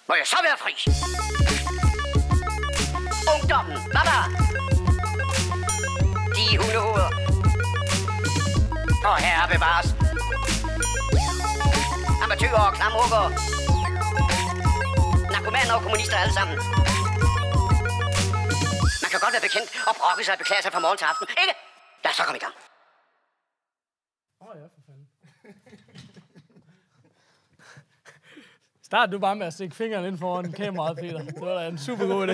Må jeg så være fri? Ungdommen, hvad der? De hundehoveder. Og herre bevares. Amatører og klamrukker. Narkomaner og kommunister alle sammen. Man kan godt være bekendt og brokke sig og beklage sig fra morgen til aften, ikke? Lad os så komme i gang. Ja, for fanden. Start du bare med at stikke fingeren ind foran kameraet, Peter. Det var da en super god idé.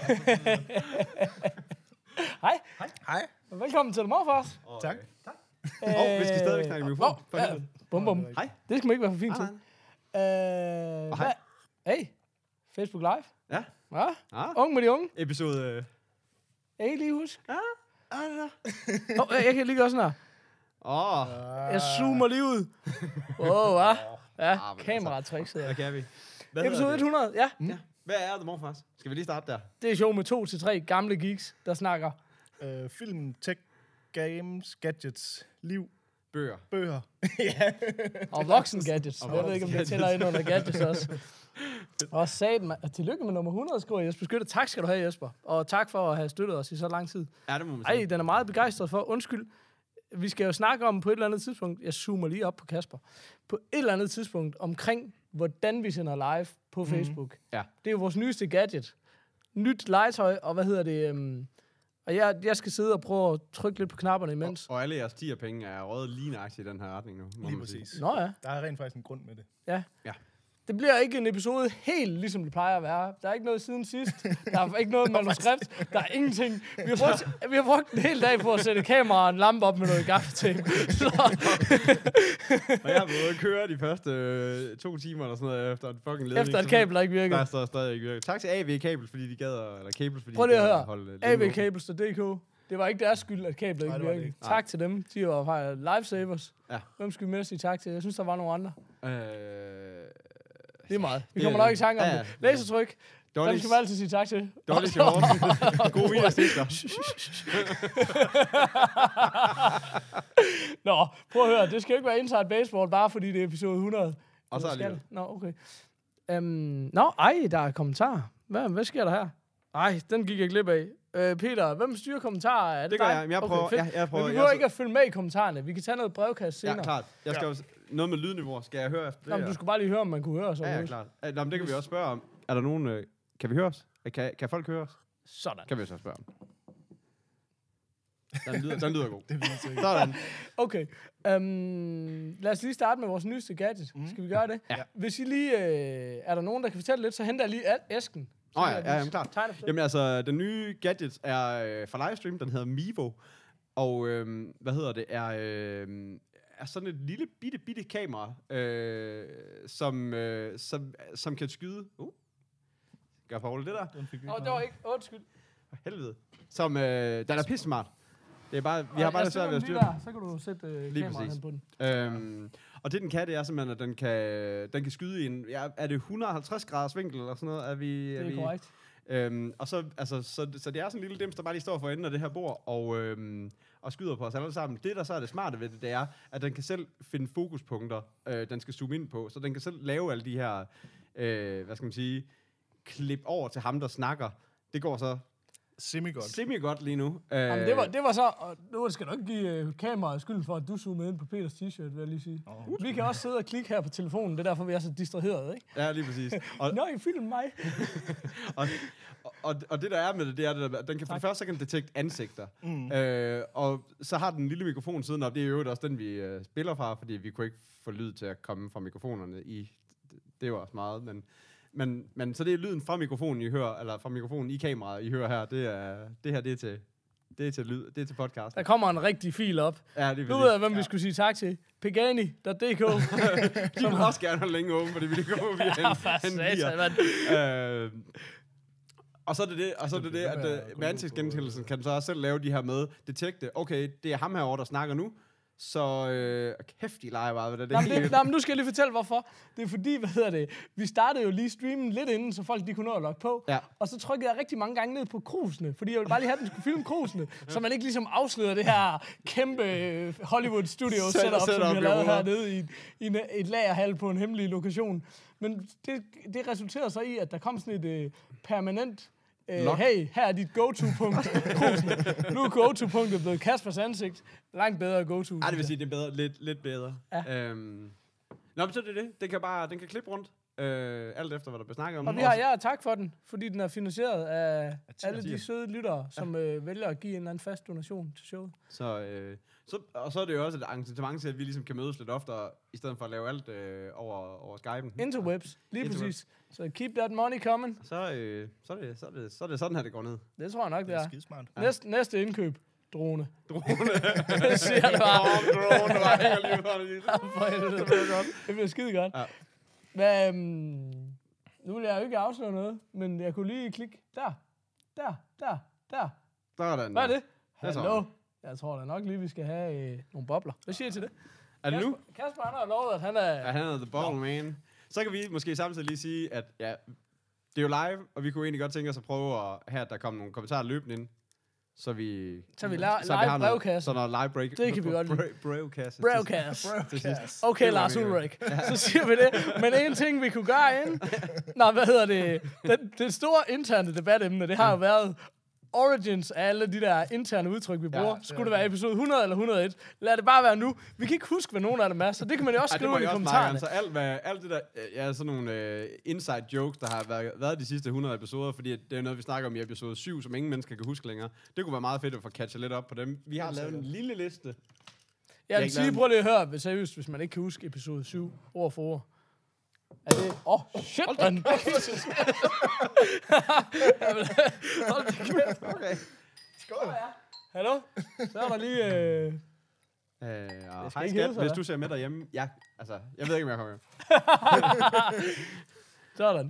Hej. Hej. Og velkommen til The Morfars. Tak. Vi skal stadigvæk snakke i mikrofon. Ja, bum. Hej. Det skal man ikke være for fint til. Og hej. Hey, Facebook Live. Ja. Ja, Ah. Ung med de unge. Episode... Jeg kan lige huske. Ja. Jeg kan lige gøre sådan her. Jeg zoomer lige ud. Wow, ja, kameratricks. Hvad kan vi? Episode 100, ja. Hvad er The Morfars? Skal vi lige starte der? Det er show med 2 til 3 gamle geeks, der snakker. Film, tech, games, gadgets, liv, Bøger. bøger. Og voksen gadgets. Og Jeg ved ikke, om det tæller ind under gadgets også. Og satan, tillykke med nummer 100, skriver Jesper Skytte. Tak skal du have, Jesper. Og tak for at have støttet os i så lang tid. Ja, det må man sige. Ej, den er meget begejstret for. Undskyld. Vi skal jo snakke om på et eller andet tidspunkt, jeg zoomer lige op på Kasper, på et eller andet tidspunkt omkring, hvordan vi sender live på Facebook. Ja. Det er jo vores nyeste gadget. Nyt legetøj, og hvad hedder det... Og jeg skal sidde og prøve at trykke lidt på knapperne imens. Og alle jeres penge er røget lige nøjagtigt i den her retning nu. må Lige man sige. præcis. Nå ja. Der er rent faktisk en grund med det. Ja. Ja. Det bliver ikke en episode helt ligesom det plejer at være. Der er ikke noget siden sidst. Der er ikke noget manuskript. Der er ingenting. Vi har brugt en hel dag på at sætte kamera og en lampe op med noget gaffetape. Og jeg har været køre de første 2 timer eller sådan noget efter en fucking ledning. Efter et kabel, der ikke virker. Der står stadig ikke virker. Tak til AV Kabel, fordi de gad eller Cables, fordi Prøv de lige at gad høre. holde avcables.dk. Det var ikke deres skyld, at kablet Nej, ikke det var det virkede. ikke. Tak til dem. De var faktisk lifesavers. Ja. Hvem skal vi mere sige tak til? Jeg synes, der var nogle andre. Det er meget. Vi det kommer er- nok i tanke om ja, det. Lasertryk. Dem skal vi altid sige tak til. Dårligt til hårdt. Gode vin og stifter. Nå, prøv at høre. Det skal jo ikke være Inside Baseball, bare fordi det er episode 100. Og så Eller skal alligevel. det? Nå, okay. Der er kommentarer. Hvad sker der her? Ej, den gik jeg glip af. Peter, hvem styrer kommentarer? Er det Det gør dig? jeg. Men jeg prøver. fedt. Jeg prøver. Men vi behøver ikke at følge med i kommentarerne. Vi kan tage noget brevkast senere. Ja, klart. Jeg skal også noget med lydniveau. Skal jeg høre efter det? Nå, men du skulle bare lige høre, om man kunne høre os. Ja, klart. Nå, men det kan vi også spørge om. Er der nogen... kan vi høre os? Kan folk høre os? Sådan. Kan vi så spørge om. Den lyder god. Det viser ikke. Sådan. Okay. Lad os lige starte med vores nyeste gadget. Skal vi gøre det? Ja. Hvis I lige... er der nogen, der kan fortælle lidt, så henter jeg lige æsken. Ja, klart. Jamen altså, den nye gadget er for livestream. Den hedder Mevo. Og er sådan et lille bitte kamera, som kan skyde. Gør Paul det der? Den fik vi Nå, ikke det var noget. ikke... Undskyld. For helvede. Den er pissmart. Det er bare, vi har bare lidt svært ved at styre den. Så kan du sætte Lige kameraet præcis. hen på den. Og det den kan, det er simpelthen, at den kan skyde i en... Ja, er det 150 graders vinkel eller sådan noget? Det er korrekt. Og så det er sådan en lille dims, der bare lige står for enden af det her bord og skyder på os alle sammen. Det, der så er det smarte ved det, det er, at den kan selv finde fokuspunkter, den skal zoome ind på. Så den kan selv lave alle de her, hvad skal man sige, klip over til ham, der snakker. Det går så semi-godt lige nu. Jamen, det var så... Og nu skal du ikke give kameraet skylden for, at du zoomede ind på Peters t-shirt, vil jeg lige sige. Vi kan også sidde og klikke her på telefonen. Det er derfor, vi er så distraheret, ikke? Ja, lige præcis. Nå, I filmer mig. og det, der er med det, det er, at den kan for det første, så kan den detekte ansigter. Og så har den en lille mikrofon siden op. Det er jo også den, vi spiller fra, fordi vi kunne ikke få lyd til at komme fra mikrofonerne i... Det var også meget, men så det er lyden fra mikrofonen, I hører, eller fra mikrofonen i kameraet, I hører her, det er til lyd, det er til podcast. Der kommer en rigtig fil op. Ja, det er Nu ved jeg, hvem vi skulle sige tak til. Pegani.dk. De vil også gerne have længe åben, fordi vi kan gå via og så er det det, at med ansigtsgenkendelse kan den så også selv lave de her med detekte, okay, det er ham herovre, der snakker nu, Så kæft, de leger bare ved det. Men nu skal jeg lige fortælle, hvorfor. Det er fordi, vi startede jo lige streamen lidt inden, så folk de kunne nå at logge på. Ja. Og så trykkede jeg rigtig mange gange ned på krusene, fordi jeg ville bare lige have, at den skulle filme krusene, så man ikke ligesom afslører det her kæmpe Hollywood studio setup, som vi har lavet hernede i et lagerhal på en hemmelig lokation. Men det resulterede så i, at der kom sådan et permanent hey, her er dit go-to-punkt. Nu er go-to-punktet blevet Kaspers ansigt. Langt bedre go-to. Ej, det vil sige, det er bedre, lidt bedre. Ja. Nå, men så er det. Den kan klippe rundt. Alt efter, hvad der bliver snakket om. Og vi har tak for den, fordi den er finansieret af alle de søde lyttere, som vælger at give en eller anden fast donation til showet. Og så er det jo også et arrangement til, at vi ligesom kan mødes lidt oftere, i stedet for at lave alt over Skype'en. Interwebs, lige præcis. Så keep that money coming. Så er det sådan her, det går ned. Det tror jeg nok, det er. Skidesmart. Næste indkøb. Drone. Det siger det bare. Drone, der hænger lige for helvede. Det bliver skide godt. Ja. Hvad, nu vil jeg jo ikke afsløre noget, men jeg kunne lige klikke der. Sådan. Hvad er det? Hallo. Jeg tror da nok lige, vi skal have nogle bobler. Hvad siger I til det? Er det nu? Kasper, han har lovet, at han er... Ja, han er the bottle man. Så kan vi måske samtidig lige sige, at ja, det er jo live, og vi kunne egentlig godt tænke os at prøve at have, at der kommer nogle kommentarer løbende ind. Så vi live brevkasse. Så når live break. Det kan vi godt lide. Brevkasse. Okay, Lars Ulrik. Så siger vi det. Men en ting, vi kunne gøre inden... Det store interne debatemne, det har jo været origins af alle de der interne udtryk, vi bruger. Skulle det være episode 100 eller 101? Lad det bare være nu. Vi kan ikke huske, hvad nogen af dem er, så det kan man jo også skrive i kommentarerne. Så alt det der, sådan nogle inside jokes, der har været de sidste 100 episoder, fordi det er noget, vi snakker om i episode 7, som ingen mennesker kan huske længere. Det kunne være meget fedt at få catchet lidt op på dem. Vi har lavet en lille liste. Jeg vil sige, prøv lige at høre, seriøst, hvis man ikke kan huske episode 7, ord for ord. Er det... shit, man. Hold da kæft. Okay. Skål. Hallo? Så er der lige... Hej skat, hvis du ser med derhjemme. Ja, altså, jeg ved ikke, om jeg kommer hjem. Sådan.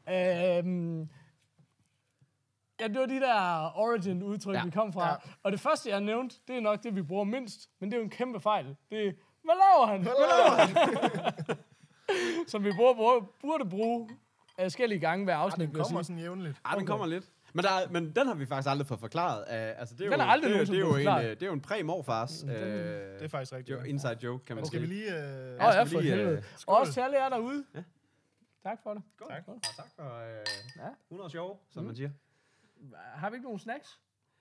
Ja, det var de der origin-udtryk, vi kom fra. Ja. Og det første, jeg nævnte, det er nok det, vi bruger mindst. Men det er jo en kæmpe fejl. Det er, hvad laver han? Som vi burde bruge forskellige gange hver afsnit. Den kommer sådan jævnligt. Den kommer lidt. Men den har vi faktisk aldrig fået forklaret. Altså, det er jo en præ-morfars. Det er faktisk rigtigt. Inside joke, kan man sige. Skal vi lige... for helvede. Og også til alle jer derude. Ja. Tak for det. Tak for 100 sjove, som man siger. Har vi ikke nogen snacks?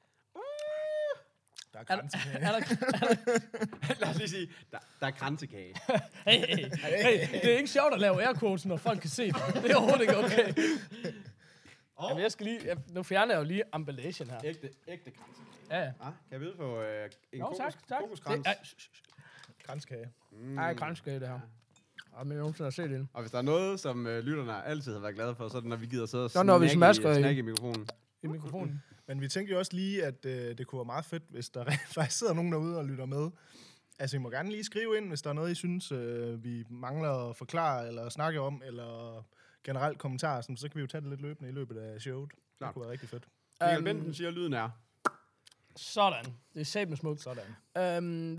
Der er kransekage. Lad os lige sige, der er kransekage. Hey, det er ikke sjovt at lave airquotes, når folk kan se det. Det er overhovedet ikke okay. Jamen, jeg skal lige... Nu fjerner jeg jo lige emballagen her. Ægte kransekage. Ja. Kan jeg byde på en kokoskrans? Kransekage. Nej, kransekage det her. Og men nogensinde har set det. Og hvis der er noget, som lytterne altid har været glade for, så er det, når vi gider sidde og snakke i mikrofonen. I mikrofonen. Men vi tænkte jo også lige, at det kunne være meget fedt, hvis der faktisk sidder nogen derude og lytter med. Altså, I må gerne lige skrive ind, hvis der er noget, I synes, vi mangler at forklare eller snakke om, eller generelt kommentarer, så kan vi jo tage det lidt løbende i løbet af showet. Klar. Det kunne være rigtig fedt. Michael Benten siger, at lyden er. Sådan. Det er satme smukt. Sådan.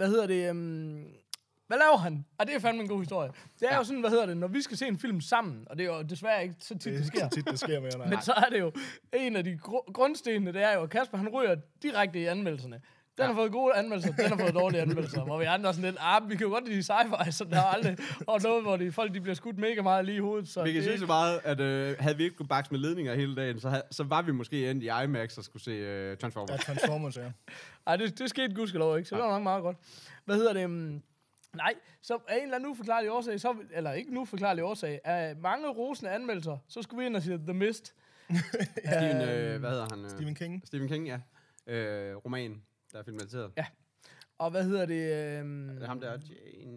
Hvad laver han? Og det er fandme en god historie. Det er jo sådan, når vi skal se en film sammen, og det er jo desværre ikke så tit, det sker. Så tit, det sker med, nej. Men så er det jo, en af de grundstenene, det er jo, at Kasper, han ryger direkte i anmeldelserne. Den har fået gode anmeldelser, den har fået dårlige anmeldelser, hvor vi andre er sådan lidt, vi kan jo godt lide sci-fi, så der er aldrig og noget, hvor folk de bliver skudt mega meget lige i hovedet. Så vi kan sige så meget, at havde vi ikke kunne bakse med ledninger hele dagen, så var vi måske endt i IMAX og skulle se Transformers. Ja, Transformers, ja. Ej, det skete gudskelov ikke, så det var nok meget godt. Nej, så af en eller anden uforklarlig årsag, eller ikke en uforklarlig årsag, af mange rosende anmeldelser, så skulle vi ind og sige The Mist. Hvad hedder han? Stephen King. Stephen King, ja. Roman, der er filmatiseret. Ja. Og hvad hedder det? Er det ham, der er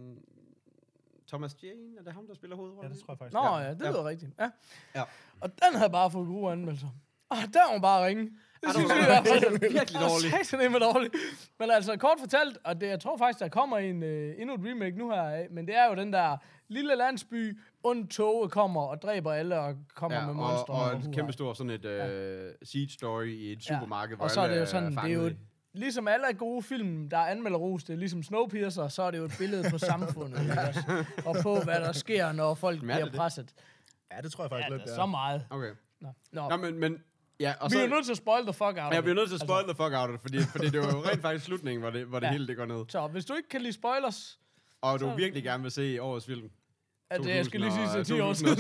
Thomas Jane? Er det ham, der spiller hovedrollen? Ja, det tror jeg faktisk. Nå ja, det lyder rigtigt. Ja. Og den havde bare fået gode anmeldelser. Og der var bare ringe. Det synes vi i hvert fald virkelig dårligt. Det er dårligt. Men altså, kort fortalt, og jeg tror faktisk, der kommer endnu et remake nu her, men det er jo den der lille landsby, und toge kommer og dræber alle og kommer med monstre. Og et kæmpe stort sådan et siege story i et supermarked, hvor og så er alle det jo sådan, det er jo ligesom alle gode film, der er anmelderros, det er ligesom Snowpiercer, så er det jo et billede på samfundet, ikke også? Og på, hvad der sker, når folk bliver presset. Ja, det tror jeg faktisk lidt, det er så meget. Okay. Nå. Men ja, og Vi så... er jo nødt til at spoil the fuck out. Jeg bliver nødt til at spoil the fuck out of det, fordi det var jo rent faktisk slutningen, hvor det hele det går ned. Så hvis du ikke kan lide spoilers... Og du virkelig gerne vil se årets film. Jeg skal lige sige, til 10 år siden.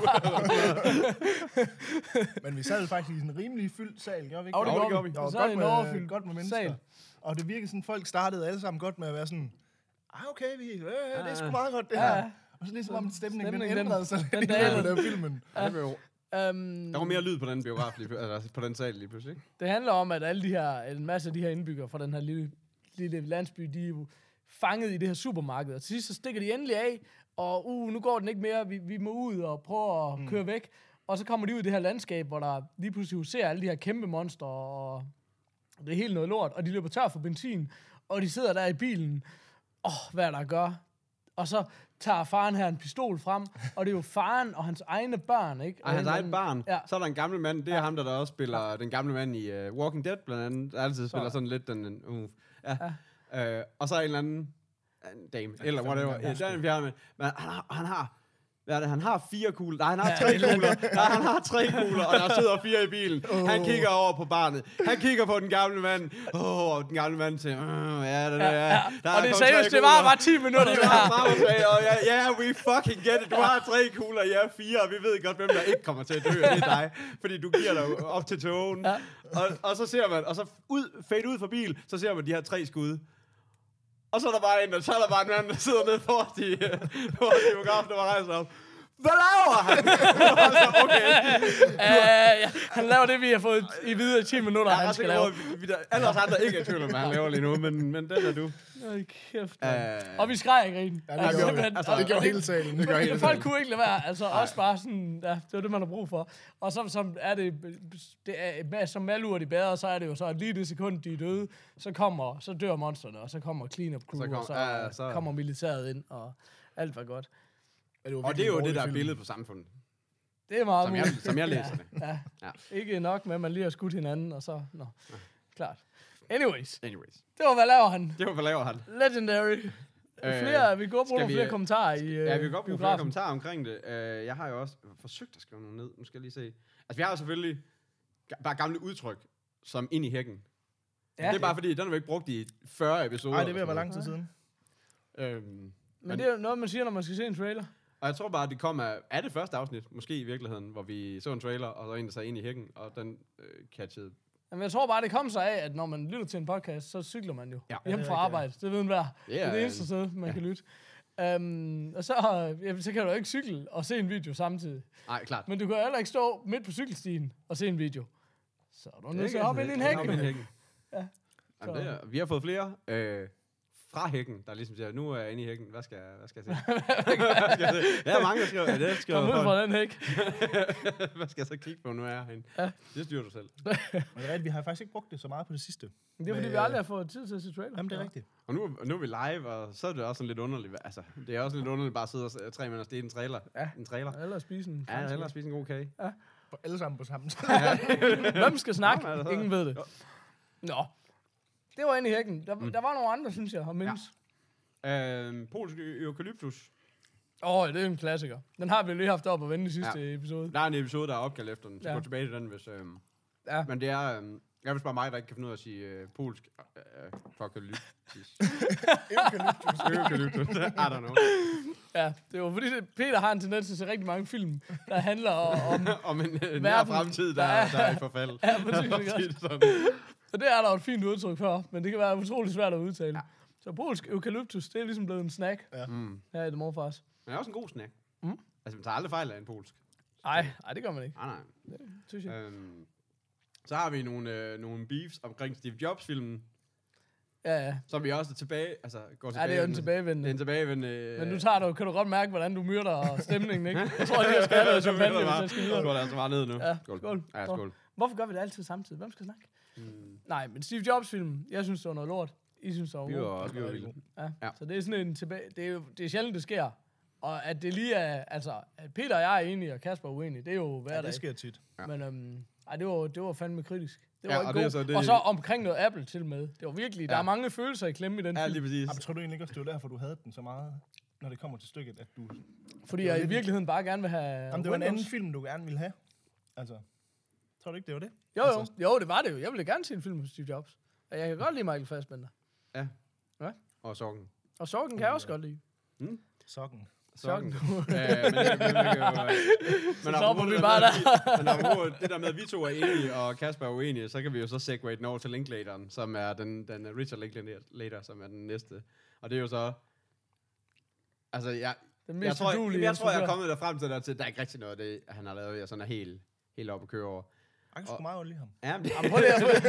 Men vi sad faktisk i en rimelig fyldt sal, gjorde vi ikke? Det gjorde vi. Der var godt med mennesker. Sal. Og det virkede sådan, folk startede alle sammen godt med at være sådan, okay, det er sgu meget godt det her. Og så ligesom om stemningen den ændrede sig lidt i løbet af filmen. Der var mere lyd på den biograf, altså på den sal lige pludselig, ikke? Det handler om, at en masse af de her indbyggere fra den her lille landsby, de er jo fanget i det her supermarked. Og til sidst så stikker de endelig af, og nu går den ikke mere, vi må ud og prøve at køre væk. Og så kommer de ud i det her landskab, hvor der lige pludselig ser alle de her kæmpe monster, og det er helt noget lort, og de løber tør for benzin, og de sidder der i bilen. Hvad er der at gøre? Og så tager faren her en pistol frem, og det er jo faren og hans egne børn, ikke? Og hans eget barn. Ja. Så er der en gammel mand, det er ham, der også spiller den gamle mand i Walking Dead, blandt andet. Der altid spiller sådan lidt den... og så er en eller anden dame, eller whatever. Ja, der er en fjerde med. Men han har... Hvad er det? Han har 4 kugler. Nej, han har 3 kugler. Nej, han har 3 kugler, og der sidder 4 i bilen. Han kigger over på barnet. Han kigger på den gamle mand. Og den gamle mand siger, og det er seriøst, det var bare 10 minutter. Det var we fucking get it. Du har 3 kugler, jeg er 4, og vi ved godt, hvem der ikke kommer til at dø. Det er dig. Fordi du giver dig op til togen. Og så ser man, og så fade ud fra bil, så ser man de her 3 skud. Og så er der bare en, en mand, der sidder nede foran biografen, der var rejst op. Hvad laver han? Han laver det, vi har fået i videre 10 minutter, han skal lave. Alle os andre ikke er i tvivl om, hvad han laver lige nu, men den er du. Kæft, og vi skreg ikke rent. Det gjorde hele salen. Folk kunne ikke lade være. Altså også bare sådan, det var det, man har brug for. Og så er det som malurt i bæret, så er det jo så, at lige det sekund, de er døde, så dør monsterne, og så kommer clean-up crew, og så kommer militæret ind, og alt var godt. Og det er jo det, der er billedet på samfundet. Det er meget muligt. Som jeg læser det. Ja. Ikke nok med, at man lige har skudt hinanden, og så... Klart. Anyways. Det var, hvad laver han? Legendary. Vi går på flere kommentarer i ja, vi kan godt bruge flere kommentarer omkring det. Jeg har jo også forsøgt at skrive nogle ned. Nu skal jeg lige se. Altså, vi har jo selvfølgelig bare gamle udtryk, som ind i hækken. Ja. Det er bare fordi, den har vi ikke brugt i 40 episoder. Nej, det vil være lang tid siden. Men det er jo noget, man siger, når man skal se en trailer. Og jeg tror bare, at det kom af det første afsnit, måske i virkeligheden, hvor vi så en trailer, og så en, der sagde ind i hækken, og den catchede. Jamen, jeg tror bare, det kom sig af, at når man lytter til en podcast, så cykler man jo hjem fra arbejde. Det ved enhver. Det er det eneste sted, man kan lytte. Og så kan du ikke cykle og se en video samtidig. Nej, klart. Men du kan heller ikke stå midt på cykelstien og se en video. Så er du nødt til at hoppe ind i en hæk. Ja. Jamen, vi har fået flere fra hækken, der ligesom siger, nu er jeg inde i hækken, hvad skal jeg se? Der er mange, der skriver. Kom ud fra den hæk. Hvad skal jeg så kigge på, nu er jeg herinde? Ja. Det styrer du selv. Men det er rigtigt, vi har faktisk ikke brugt det så meget på det sidste. Det er fordi, vi aldrig har fået tid til at se trailer. Jamen, det er rigtigt. Og nu er vi live, og så er det også sådan lidt underligt. Altså, det er også lidt underligt bare at sidde og 3 mænd og stede en trailer. Ja. En trailer. Eller spise en god kage. Ja. Alle sammen på samme tid. Hvem skal snakke? Ingen ved det. Nå. Det var inde i hækken. Der var nogle andre, synes jeg, at mindes. Polsk eukalyptus. Det er en klassiker. Den har vi lige haft op at vende i sidste episode. Der er en episode, der er opkaldt efter den. Så gå tilbage til den, hvis... Men det er... jeg vil bare mig, der ikke kan finde ud af at sige polsk eukalyptus. Eukalyptus. I don't know. Ja, det var fordi, Peter har en tendens til at se rigtig mange film, der handler om en nær fremtid, der er i forfald. Ja, præcis. Og det er der jo et fint udtryk for, men det kan være utroligt svært at udtale. Ja. Så polsk eukalyptus, det er ligesom blevet en snack. Ja. Her i det morfars. Men det er også en god snack. Altså, man tager aldrig fejl af en polsk. Nej, det gør man ikke. Nej. Det synes jeg. Så har vi nogle beefs omkring Steve Jobs-filmen. Ja. Som vi også er tilbage, går tilbage. Ja, det er jo en tilbagevendende. Det er en tilbagevendende. Men nu kan du godt mærke, hvordan du myrder stemningen, ikke? Jeg tror, jeg skal have noget champagne, hvis jeg skal videre. Skål, altså bare ned nu. Ja, skål. Ja, skål. Hvorfor gør vi det altid samtidig? Hvem skal snakke? Nej, men Steve Jobs-filmen, jeg synes, det var noget lort. I synes, det var vildt. Ja, så det er sådan en tilbage... Det er sjældent, det sker. Og at det lige er, altså, at Peter og jeg er enige, og Kasper er uenige, det er jo hver Ja, dag. det sker tit. Ja. Men det var fandme kritisk. Det var Ja, ikke og god. det er så det- Og så omkring noget Apple til med. Det var virkelig, der er mange følelser i klemme i den Ja, film. lige præcis. Jamen, tror du egentlig ikke også, det var derfor, du havde den så meget, når det kommer til stykket, at du... Fordi jeg i virkeligheden bare gerne vil have Jamen, det var en anden film, du gerne ville have. Altså, tror du ikke, det var det? Jo, det var det jo. Jeg ville gerne se en film med Steve Jobs. Og jeg kan godt lide Michael Fassbender. Ja. Ja. Og sokken. Og Sorgen kan jeg også godt lide. Sokken. Sorgen. Men stopper vi bare der. Men apropos det der med, at vi to er enige, og Kasper er uenige, så kan vi jo så segue den over til Linklateren, som er den Richard Linklater, som er den næste. Og det er jo så... Altså, jeg tror, jeg er kommet derfrem til, der er ikke rigtig noget af det, han har lavet, jeg sådan er helt oppe at køre over. Jeg kan sgu meget godt lide ham. Ja, men Prøv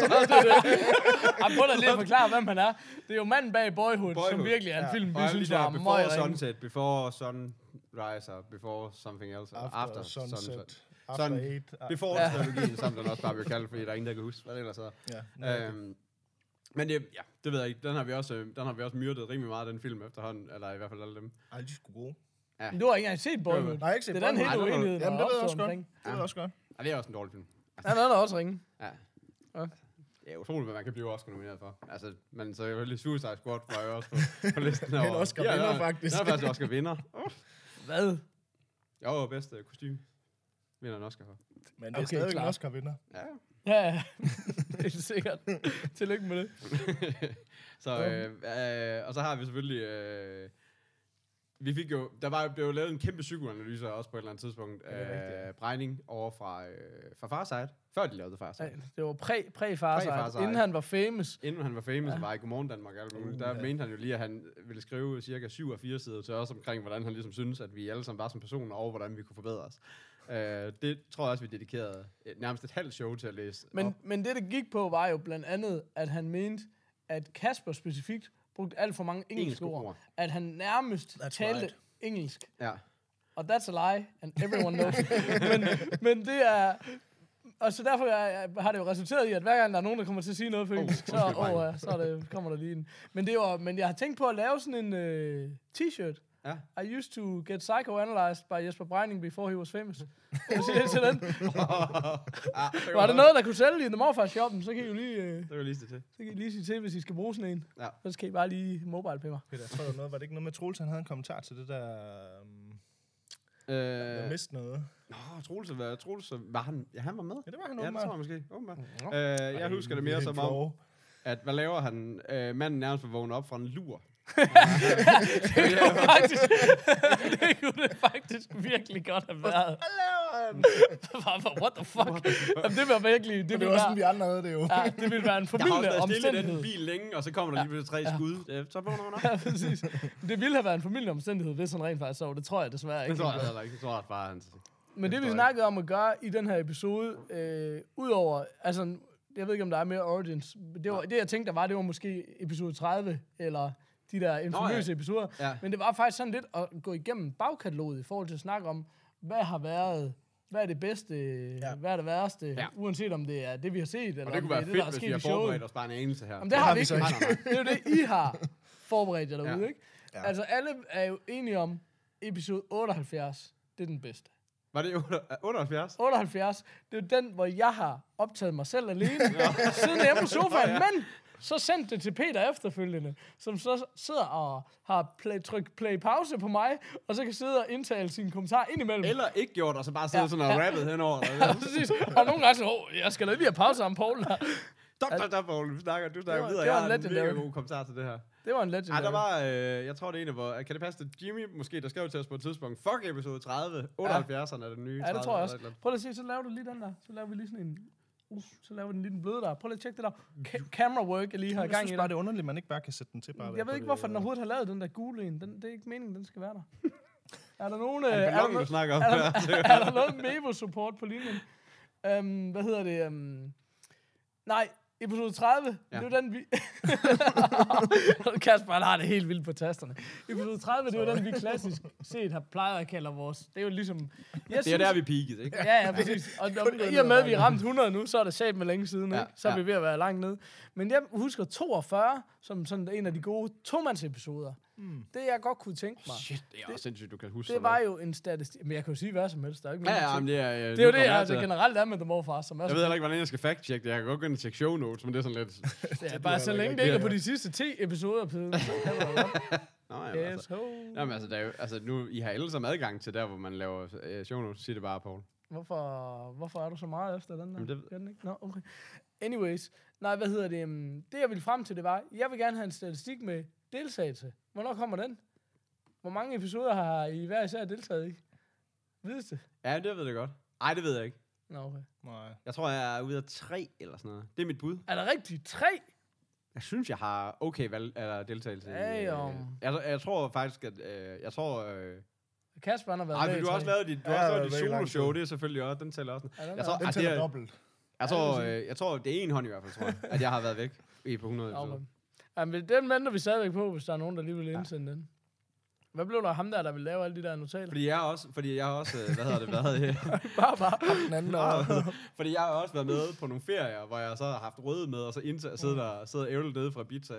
lige at forklare, hvem han er. Det er jo manden bag Boyhood, som virkelig er en film, vi synes var Before meget Sunset, Before Sunrise, Before Something Else, After Sunset. After Eight. Before-trilogien, som den også bare bliver kaldt, fordi der er ingen, der kan huske, hvad det ellers er. Ja, Men det ved jeg ikke. Den har vi også myrdet rimelig meget, den film efterhånden, eller i hvert fald alle dem. Ej, de er sgu gode. Ja. Du har ikke engang set Boyhood. Nej, jeg har ikke set det er den helt Boyhood. uenighed, Jamen, det ved jeg også godt. omkring. Det ved jeg også godt. Ja, det er også en dårlig film. Han er der også ringe. Ja. Ja. Det er utroligt, hvad man kan blive Oscar-nomineret for. Altså, men så er jo lidt Suicide Squad, var jo også på listen over. En Oscar-vinder, faktisk. Den er faktisk Oscar-vinder. Hvad? Jo, bedste kostume. Vinder en Oscar for. Men det er stadigvæk en Oscar-vinder. Ja. Ja, det er sikkert. Tillykke med det. Så, og så har vi selvfølgelig... vi fik jo... blev jo lavet en kæmpe psykoanalyse også på et eller andet tidspunkt af Breining over fra Farside. Før de lavede Farside. Ja, det var præ-Farside, inden han var famous. Inden han var famous, var i Godmorgen Danmark. Der mente han jo lige, at han ville skrive cirka 87 sider til os omkring, hvordan han ligesom synes, at vi alle sammen var som personer, og hvordan vi kunne forbedre os. Det tror jeg også, vi dedikerede nærmest et halvt show til at læse. Men det gik på, var jo blandt andet, at han mente, at Kasper specifikt brugte alt for mange engelske ord. At han nærmest talte engelsk. Ja. Og that's a lie, and everyone knows. men det er... Og så derfor har det jo resulteret i, at hver gang der er nogen, der kommer til at sige noget på engelsk, kommer der lige en. Men jeg har tænkt på at lave sådan en t-shirt. Ja. I used to get psychoanalyzed by Jesper Breining before he was famous. Jeg siger det til den. Var det noget, der kunne sælge i The Morfar-shoppen, så kan I jo lige... det var lige til. Så kan I lige sige til, hvis I skal bruge sådan en. Ja. Så skal I bare lige mobile-pimmer. Peter, jeg tror, det var noget, var det ikke noget med Troels, han havde en kommentar til det der... Jeg mistede noget. Troels var han... Ja, han var med. Ja, det var han åbenbart. Ja, det tror jeg måske. Åbenbart. Jeg husker det mere som om, at hvad laver han? Manden nærmest var vågnet op fra en lur. Det kunne det faktisk virkelig godt have været. Hvad laver han? What the fuck? Jamen, det var virkelig... Det var også sådan, vi andre havde det jo. Ja, det ville være en formildende omstændighed. Den bil længe, og så kommer der lige pludselig 3 skud. Så vågner han op. Ja, præcis. Det ville have været en formildende omstændighed, hvis han rent faktisk sov. Det tror jeg desværre ikke. Det tror jeg heller ikke. Det tror jeg bare, han... Men det vi snakkede om at gøre i den her episode, udover... Altså, jeg ved ikke, om der er mere origins. Det jeg tænkte, det var måske episode 30, eller... de der infamøse episoder. Ja. Men det var faktisk sådan lidt at gå igennem bagkataloget i forhold til at snakke om, hvad har været, hvad er det bedste, hvad er det værste, uanset om det er det, vi har set, eller og det kunne være fedt, hvis vi har forberedt os bare en enelse her. Jamen, det har vi ikke. Det er jo det, I har forberedt jer derude, ikke? Ja. Altså, alle er jo enige om, episode 78, det er den bedste. Var det 78? 78, det er jo den, hvor jeg har optaget mig selv alene, siden hjemme på sofaen, men... Så sendte det til Peter efterfølgende, som så sidder og har trykt play-pause på mig, og så kan sidde og indtale sine kommentarer indimellem. Eller ikke gjort, og så bare sidde sådan og rappet henover. Ja, præcis. Og nogle gange så, jeg skal da lige have pause om Poul her. Stop, Poul. Du snakker videre. Jeg har en mega god kommentar til det her. Det var en legendary. Der var, jeg tror det er en, hvor, kan det passe, at Jimmy måske, der skrev til os på et tidspunkt, fuck episode 30, 78'erne er det nye. Ja, det tror jeg også. Prøv lige at se, så laver du lige den der. Så laver vi lige sådan en... så laver vi den lige den bløde der. Prøv lige at tjekke det der. Camera work, jeg lige har i gang i. Jeg synes bare, det er underligt, man ikke bare kan sætte den til. Bare jeg ved ikke, hvorfor den overhovedet har lavet den der gule en. Det er ikke meningen, den skal være der. Er der nogen... Er der noget Mevo-support på linjen? Hvad hedder det? Nej, episode 30. Det er den, vi... Kasper, han har det helt vildt på tasterne. Episode 30, det er den, vi klassisk set har plejet at kalde vores... Det er jo ligesom... Det er der, vi peakede, ikke? Ja, præcis. Og i og med, at vi er ramt 100 nu, så er det sat med længe siden, ikke? Så er vi ved at være langt nede. Men jeg husker 42 som sådan en af de gode tomandsepisoder. Det jeg godt kunne tænke mig, Shit, det er også sindssygt, du kan huske det var jo en statistik. Men jeg kan jo sige hvad som helst. Der er ikke Ja, men det er... det er jo det, altså generelt er med The Morfars, som er Jeg ved heller ikke, hvordan jeg skal fact-check det. Jeg kan godt gå ind og tjekke show notes, men det er sådan lidt... det er bare så længe det ikke er på de sidste 10 episoder, Pede. Så kan man jo godt. Nå, jamen, altså, der er jo, altså, nu, I har alle sammen adgang til der, hvor man laver show notes. Sig det bare, Paul. Hvorfor er du så meget efter den der? Jamen, Den ikke? Nå, okay. Anyways. Nej, hvad hedder det? Det, jeg ville frem til, det var, jeg vil gerne have en statistik med deltagelse. Hvornår kommer den? Hvor mange episoder har I hver især deltaget i? Vides det? Ja, det ved jeg godt. Nej, det ved jeg ikke. Nå, okay. Nej. Jeg tror, jeg er ude af 3 eller sådan noget. Det er mit bud. Er der rigtig 3? Jeg synes, jeg har okay eller deltagelse. Jeg tror faktisk, at... Kasper, han har været Nej, med du har også lavet dit solo-show. Det er selvfølgelig også... Den tæller også. Jeg tror, Den tæller dobbelt. Jeg tror, det er en hånd i hvert fald, tror jeg, at jeg har været væk på 100 episoder. okay. Jamen, den venter vi stadigvæk på, hvis der er nogen, der lige vil indsende den. Hvad blev der af ham der vil lave alle de der notater? Fordi jeg har også, hvad hedder det? bare den anden Fordi jeg har også været med på nogle ferier, hvor jeg så har haft røde med, og så sidder og ævlet nede fra pizza.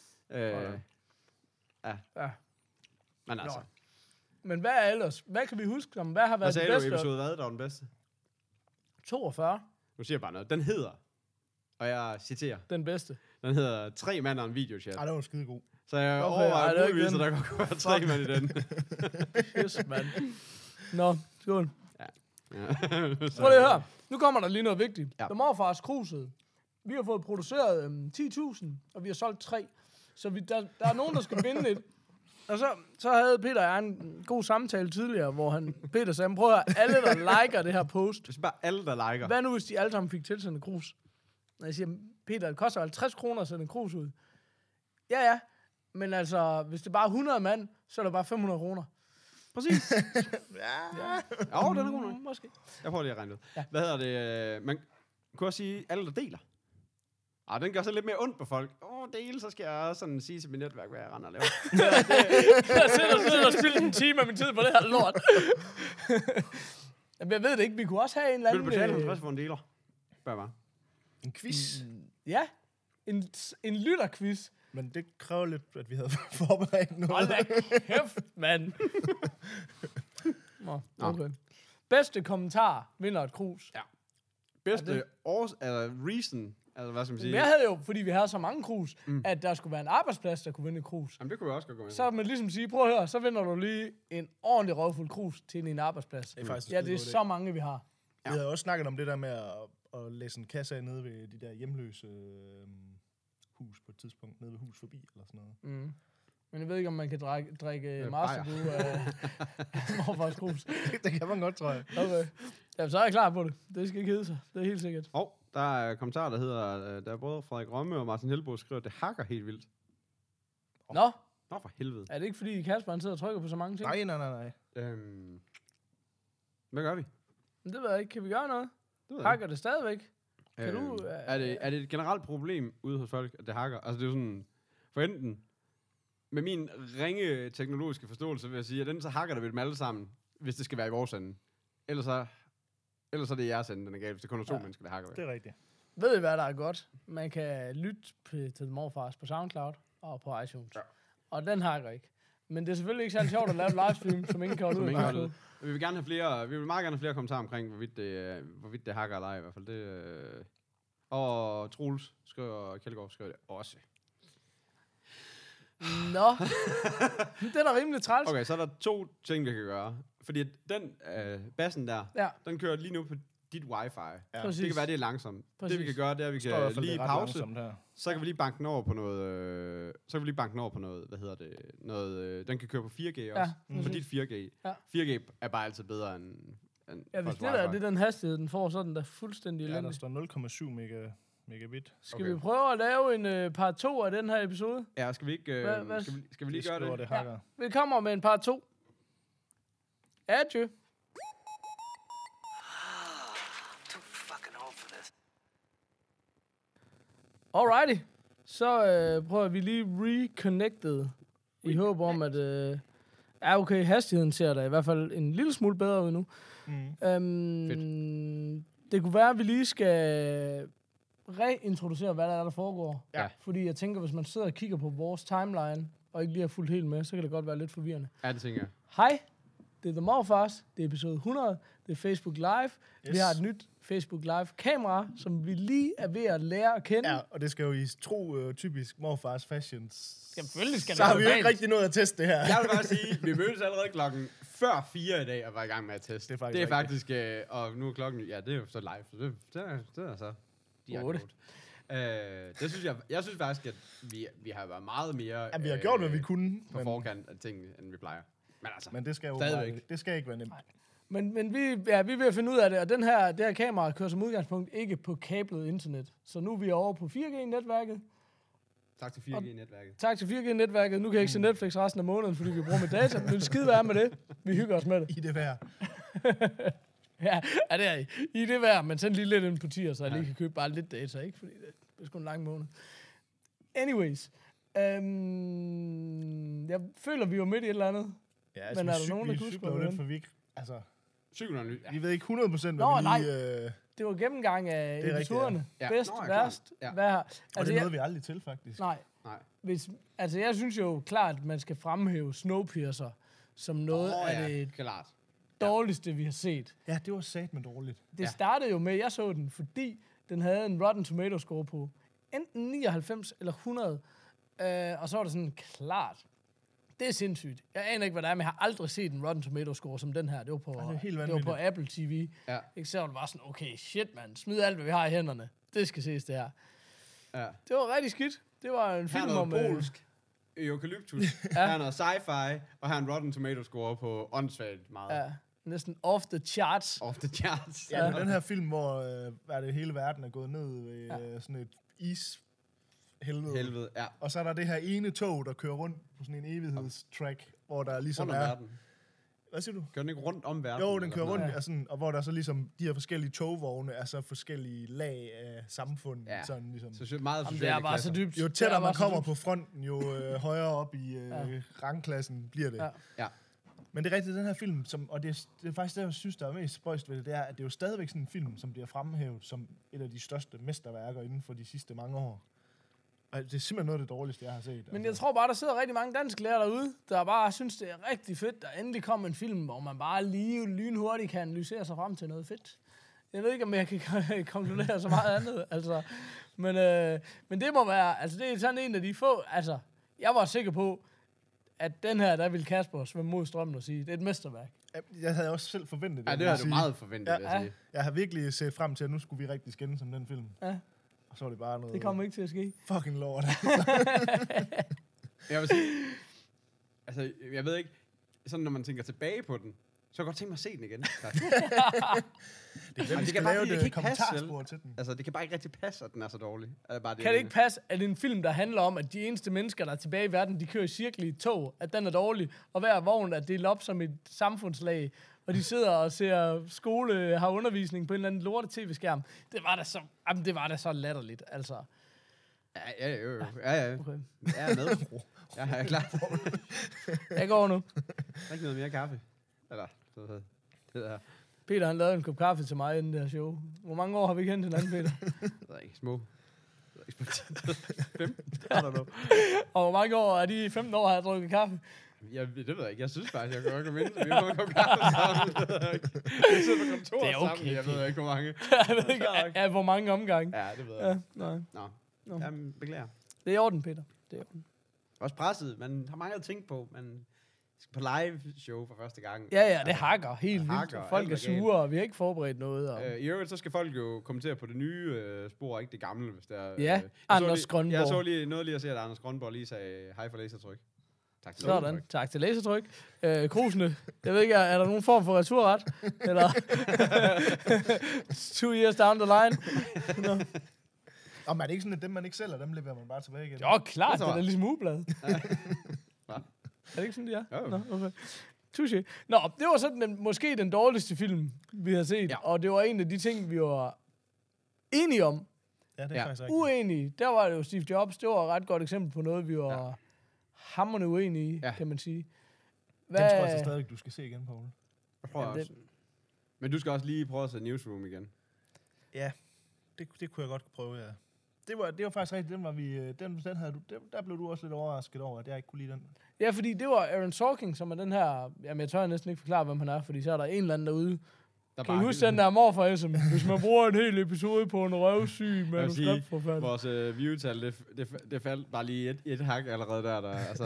Ja. Men altså. Nå. Men hvad er ellers? Hvad kan vi huske om? Hvad har været det bedste? Hvad sagde du episode hvad, der var den bedste? 42. Nu siger jeg bare noget. Den hedder, og jeg citerer. Den bedste. Den hedder 3 mand og en videochat. Ej, det var skide god. Så jeg overvejer muligvis, at der godt kunne være 3 mand i den. Yes, mand. Nå, skål. Ja. Prøv lige at høre. Nu kommer der lige noget vigtigt. Ja. The Morfars Cruiset. Vi har fået produceret 10.000, og vi har solgt 3. Så der er nogen, der skal vinde lidt. Og så havde Peter og jeg en god samtale tidligere, hvor Peter sagde, prøv at høre, alle, der liker det her post. Det er bare alle, der liker. Hvad nu, hvis de alle sammen fik tilsendt en krus? Og jeg siger, Peter, det koster 50 kroner at sende en krus ud. Ja. Men altså, hvis det er bare 100 mand, så er det bare 500 kroner. Præcis. Ja. Ja, den er god nok. Måske. Jeg prøver lige at regne ud. Ja. Hvad hedder det? Man kunne også sige, alle, der deler. Den gør så lidt mere ondt på folk. Dele, så skal jeg også sådan sige til mit netværk, hvad jeg render og laver. Jeg sidder og spilder en time af min tid på det her lort. Jeg ved det ikke, vi kunne også have en eller anden... Vil du betale 50 for en deler? Spørg bare. En quiz. Ja, en lytterquiz. Men det kræver lidt, at vi havde forberedt noget. Hold da kæft, mand. Okay. Bedste kommentar vinder et krus. Ja. Bedste reason, altså hvad skal man sige? Men jeg havde jo, fordi vi havde så mange krus, at der skulle være en arbejdsplads, der kunne vinde et krus. Jamen det kunne vi også godt gå med. Så man ligesom sige, prøv at høre, så vinder du lige en ordentlig røvfuld krus til en arbejdsplads. Det er faktisk det er så mange, vi har. Vi havde også snakket om det der med at læse en kasse af nede ved de der hjemløse hus på et tidspunkt, nede ved Hus Forbi eller sådan noget. Men jeg ved ikke, om man kan drikke Masterbrew af Morfars krus. Det kan man godt, tror jeg. Okay. Jamen, så er jeg klar på det. Det skal ikke hedde sig. Det er helt sikkert. Der er kommentarer, der hedder, der er både Frederik Rømme og Martin Helbo skriver, det hakker helt vildt. Nå, for helvede. er det ikke fordi Kasper han sidder og trykker på så mange ting? Nej. Hvad gør vi? Men det ved jeg ikke. Kan vi gøre noget? Det Hakker det stadigvæk? Kan du... Er det et generelt problem ude hos folk, at det hakker? Altså det er jo sådan, for enten, med min ringe teknologiske forståelse vil jeg sige, at den så hakker det ved dem alle sammen, hvis det skal være i vores ende. Ellers så er det jeres ende, den er galt, hvis det kun er 2 mennesker, der hakker ved. Det er rigtigt. Ved I, hvad der er godt? Man kan lytte til The Morfars på SoundCloud og på iTunes. Ja. Og den hakker ikke. Men det er selvfølgelig ikke særlig sjovt at lave et livestream, som ingen kan holde ud. Vi vil meget gerne have flere kommentarer omkring, hvorvidt det hakker eller ej i hvert fald. Det, og Troels Kjeldgaard skriver det også. Nå, det er da rimelig træls. Okay, så er der 2 ting, vi kan gøre. Fordi den bassen der, den kører lige nu på dit wifi. Ja. Det kan være, det er langsomt. Præcis. Det vi kan gøre, det er, at vi kan lige pause. Så kan vi lige banke den over på noget. Hvad hedder det? Noget, den kan køre på 4G også. På dit 4G. Ja. 4G er bare altid bedre end hvis det er den hastighed, den får, så er den der fuldstændig elendig. Ja, der står 0,7 megabit. Skal vi prøve at lave en part 2 af den her episode? Ja, skal vi ikke skal vi lige gøre det? Ja. Vi kommer med en part 2. Adjø. Alrighty. Så prøver vi lige reconnected i håb om, at okay, hastigheden ser da i hvert fald en lille smule bedre ud nu. Det kunne være, at vi lige skal reintroducere, hvad der foregår. Ja. Fordi jeg tænker, hvis man sidder og kigger på vores timeline og ikke lige har fulgt helt med, så kan det godt være lidt forvirrende. Ja, det tænker jeg. Hej, det er The Morfars, det er episode 100, det er Facebook Live. Yes. Vi har et nyt Facebook Live-kamera, som vi lige er ved at lære at kende. Ja, og det skal jo i typisk Morfars fashions. Selvfølgelig skal så det har vi jo ikke rigtig nået at teste det her. Jeg vil bare sige, vi mødtes allerede klokken før 4 i dag og var i gang med at teste. Det er faktisk og nu er klokken, ja, det er jo så live, så det er så direkte. Det synes jeg synes faktisk, at vi har været meget mere vi har gjort, hvad vi kunne på forkant af tingene, end vi plejer. Men det skal jo det skal ikke være nemt. Men vi er ved at finde ud af det, og det her kamera kører som udgangspunkt ikke på kablet internet. Så nu er vi over på 4G-netværket. Tak til 4G-netværket. Tak til 4G-netværket. Nu kan jeg ikke se Netflix resten af måneden, fordi vi bruger med data. Men skide være med det. Vi hygger os med det. I det vejr. ja, det er I det vejr, men send lige lidt ind på tier, så jeg lige kan købe bare lidt data, ikke? Fordi det er sgu en lang måned. Anyways. Jeg føler, vi var midt i et eller andet. Ja, altså, men er der nogen, der husker lidt, for vi ikke, altså, vi ved ikke 100% hvad vi lige... Det var gennemgang af episoderne. Ja. Bedst, værst, hvad her. Altså, og det nåede vi aldrig til, faktisk. Nej. Jeg synes jo klart, at man skal fremhæve Snowpiercer som noget af det dårligste, vi har set. Ja, det var satme dårligt. Det startede jo med, jeg så den, fordi den havde en Rotten Tomato score på enten 99 eller 100. Og så var det sådan klart. Det er sindssygt. Jeg aner ikke, hvad det er, men jeg har aldrig set en Rotten Tomato score som den her. Det var på Apple TV. Ja. Ikke, så var det bare sådan, okay, shit, man. Smid alt, hvad vi har i hænderne. Det skal ses, det her. Ja. Det var rigtig skidt. Det var en film om... polsk. Eukalyptus. Her er noget sci-fi, og her er en Rotten Tomato score på åndssvagt meget. Ja. Næsten off the charts. Off the charts. Ja, den her film, hvor det hele verden er gået ned ved sådan et helvede. Ja. Og så er der det her ene tog, der kører rundt på sådan en evighedstrack, hvor der ligesom rundt om verden. Hvad siger du? Kører den ikke rundt om verden? Jo, den kører rundt, og hvor der så ligesom, de her forskellige togvogne er så forskellige lag af samfundet. Ja. Sådan ligesom. Så meget det er bare så dybt. Jo tættere man kommer på fronten, jo højere op i rangklassen bliver det. Ja. Men det er rigtigt, den her film, og det er faktisk det, jeg synes, der er mest spøjst ved det er, at det er jo stadigvæk sådan en film, som bliver fremhævet som et af de største mesterværker inden for de sidste mange år. Og det er simpelthen noget af det dårligste, jeg har set. Men jeg tror bare, der sidder rigtig mange danske lærere derude, der bare synes, det er rigtig fedt, der endelig kommer en film, hvor man bare lige lynhurtigt kan analysere sig frem til noget fedt. Jeg ved ikke, om jeg kan konkludere så meget andet, altså. Men det må være, altså det er sådan en af de få, altså, jeg var sikker på, at den her, der ville Kasper svømme mod strømmen og sige, det er et mesterværk. Jeg havde også selv forventet det. Ja, det havde du meget forventet, vil jeg sige. Jeg har virkelig set frem til, at nu skulle vi rigtig skændes om den film. Ja. Og så var det bare noget... Det kommer ikke til at ske. Fucking lort. Jeg vil sige... Altså, jeg ved ikke... Sådan, når man tænker tilbage på den, så kan jeg godt tænke mig at se den igen. det kan bare lave et kommentarspor til den. Altså, det kan bare ikke rigtig passe, at den er så dårlig. Kan det ikke passe, at det er en film, der handler om, at de eneste mennesker, der er tilbage i verden, de kører i cirkel i et tog, at den er dårlig, og hver vogn er delt op som et samfundslag, og de sidder og ser skole, har undervisning på en eller anden lorte tv-skærm. Det var da så latterligt, altså. Ja. Okay. Jeg er med. Jeg er klar. Jeg går nu. Ikke noget mere kaffe. Eller, det der. Peter, han lavede en kop kaffe til mig inden det her show. Hvor mange år har vi ikke kendt hinanden, Peter? Det er ikke små. 15. Og hvor mange år er de 15 år, har jeg drukket kaffe? Det ved jeg ikke. Jeg synes faktisk, jeg kan godt komme ind. Vi må komme kaffe sammen. Vi sidder på kontor sammen. Jeg ved ikke, hvor mange. Jeg ved ikke, hvor mange omgange. Ja, det ved jeg. Nej. Nå. Jamen, beklager. Det er i orden, Peter. Det er i orden. Også presset. Man har mange at tænke på. Man skal på live show for første gang. Ja, det hakker helt vildt. Folk er sure, og vi har ikke forberedt noget. Og... I øvrigt, så skal folk jo kommentere på det nye spor, ikke det gamle, hvis der er... Ja, Anders Grønborg. Jeg så lige at se, at Anders Grønborg lige sagde hej for lasertryk. Tak til sådan. Lasertryk. Tak til lasertryk. Krusene. Jeg ved ikke, er der nogen form for returret? Eller 2 years down the line? No. Og er det ikke sådan, at dem, man ikke sælger, dem leverer man bare tilbage igen? Jo, klart. Det er ligesom ugebladet. Er det ikke sådan, det er? Jo. Nå, okay. Touché. Nå, det var sådan måske den dårligste film, vi har set. Ja. Og det var en af de ting, vi var enige om. Ja, det er faktisk rigtigt. Uenige, der var det jo Steve Jobs. Det var et ret godt eksempel på noget, vi var hamrende uenige i, kan man sige. Den tror jeg så stadig, du skal se igen, Poul. Men du skal også lige prøve at se Newsroom igen. Ja, det kunne jeg godt prøve, ja. Det var faktisk rigtigt. Den havde du, der blev du også lidt overrasket over, at jeg ikke kunne lide den. Ja, fordi det var Aaron Sorkin, som er den her... Jamen, jeg tør næsten ikke forklare, hvem han er, fordi så er der en eller anden derude. Kan I huske den der morfar-SM? Hvis man bruger en hel episode på en røvsyg manuskriptforfatter. Vores view-tal, det faldt bare lige et hak allerede der. Altså,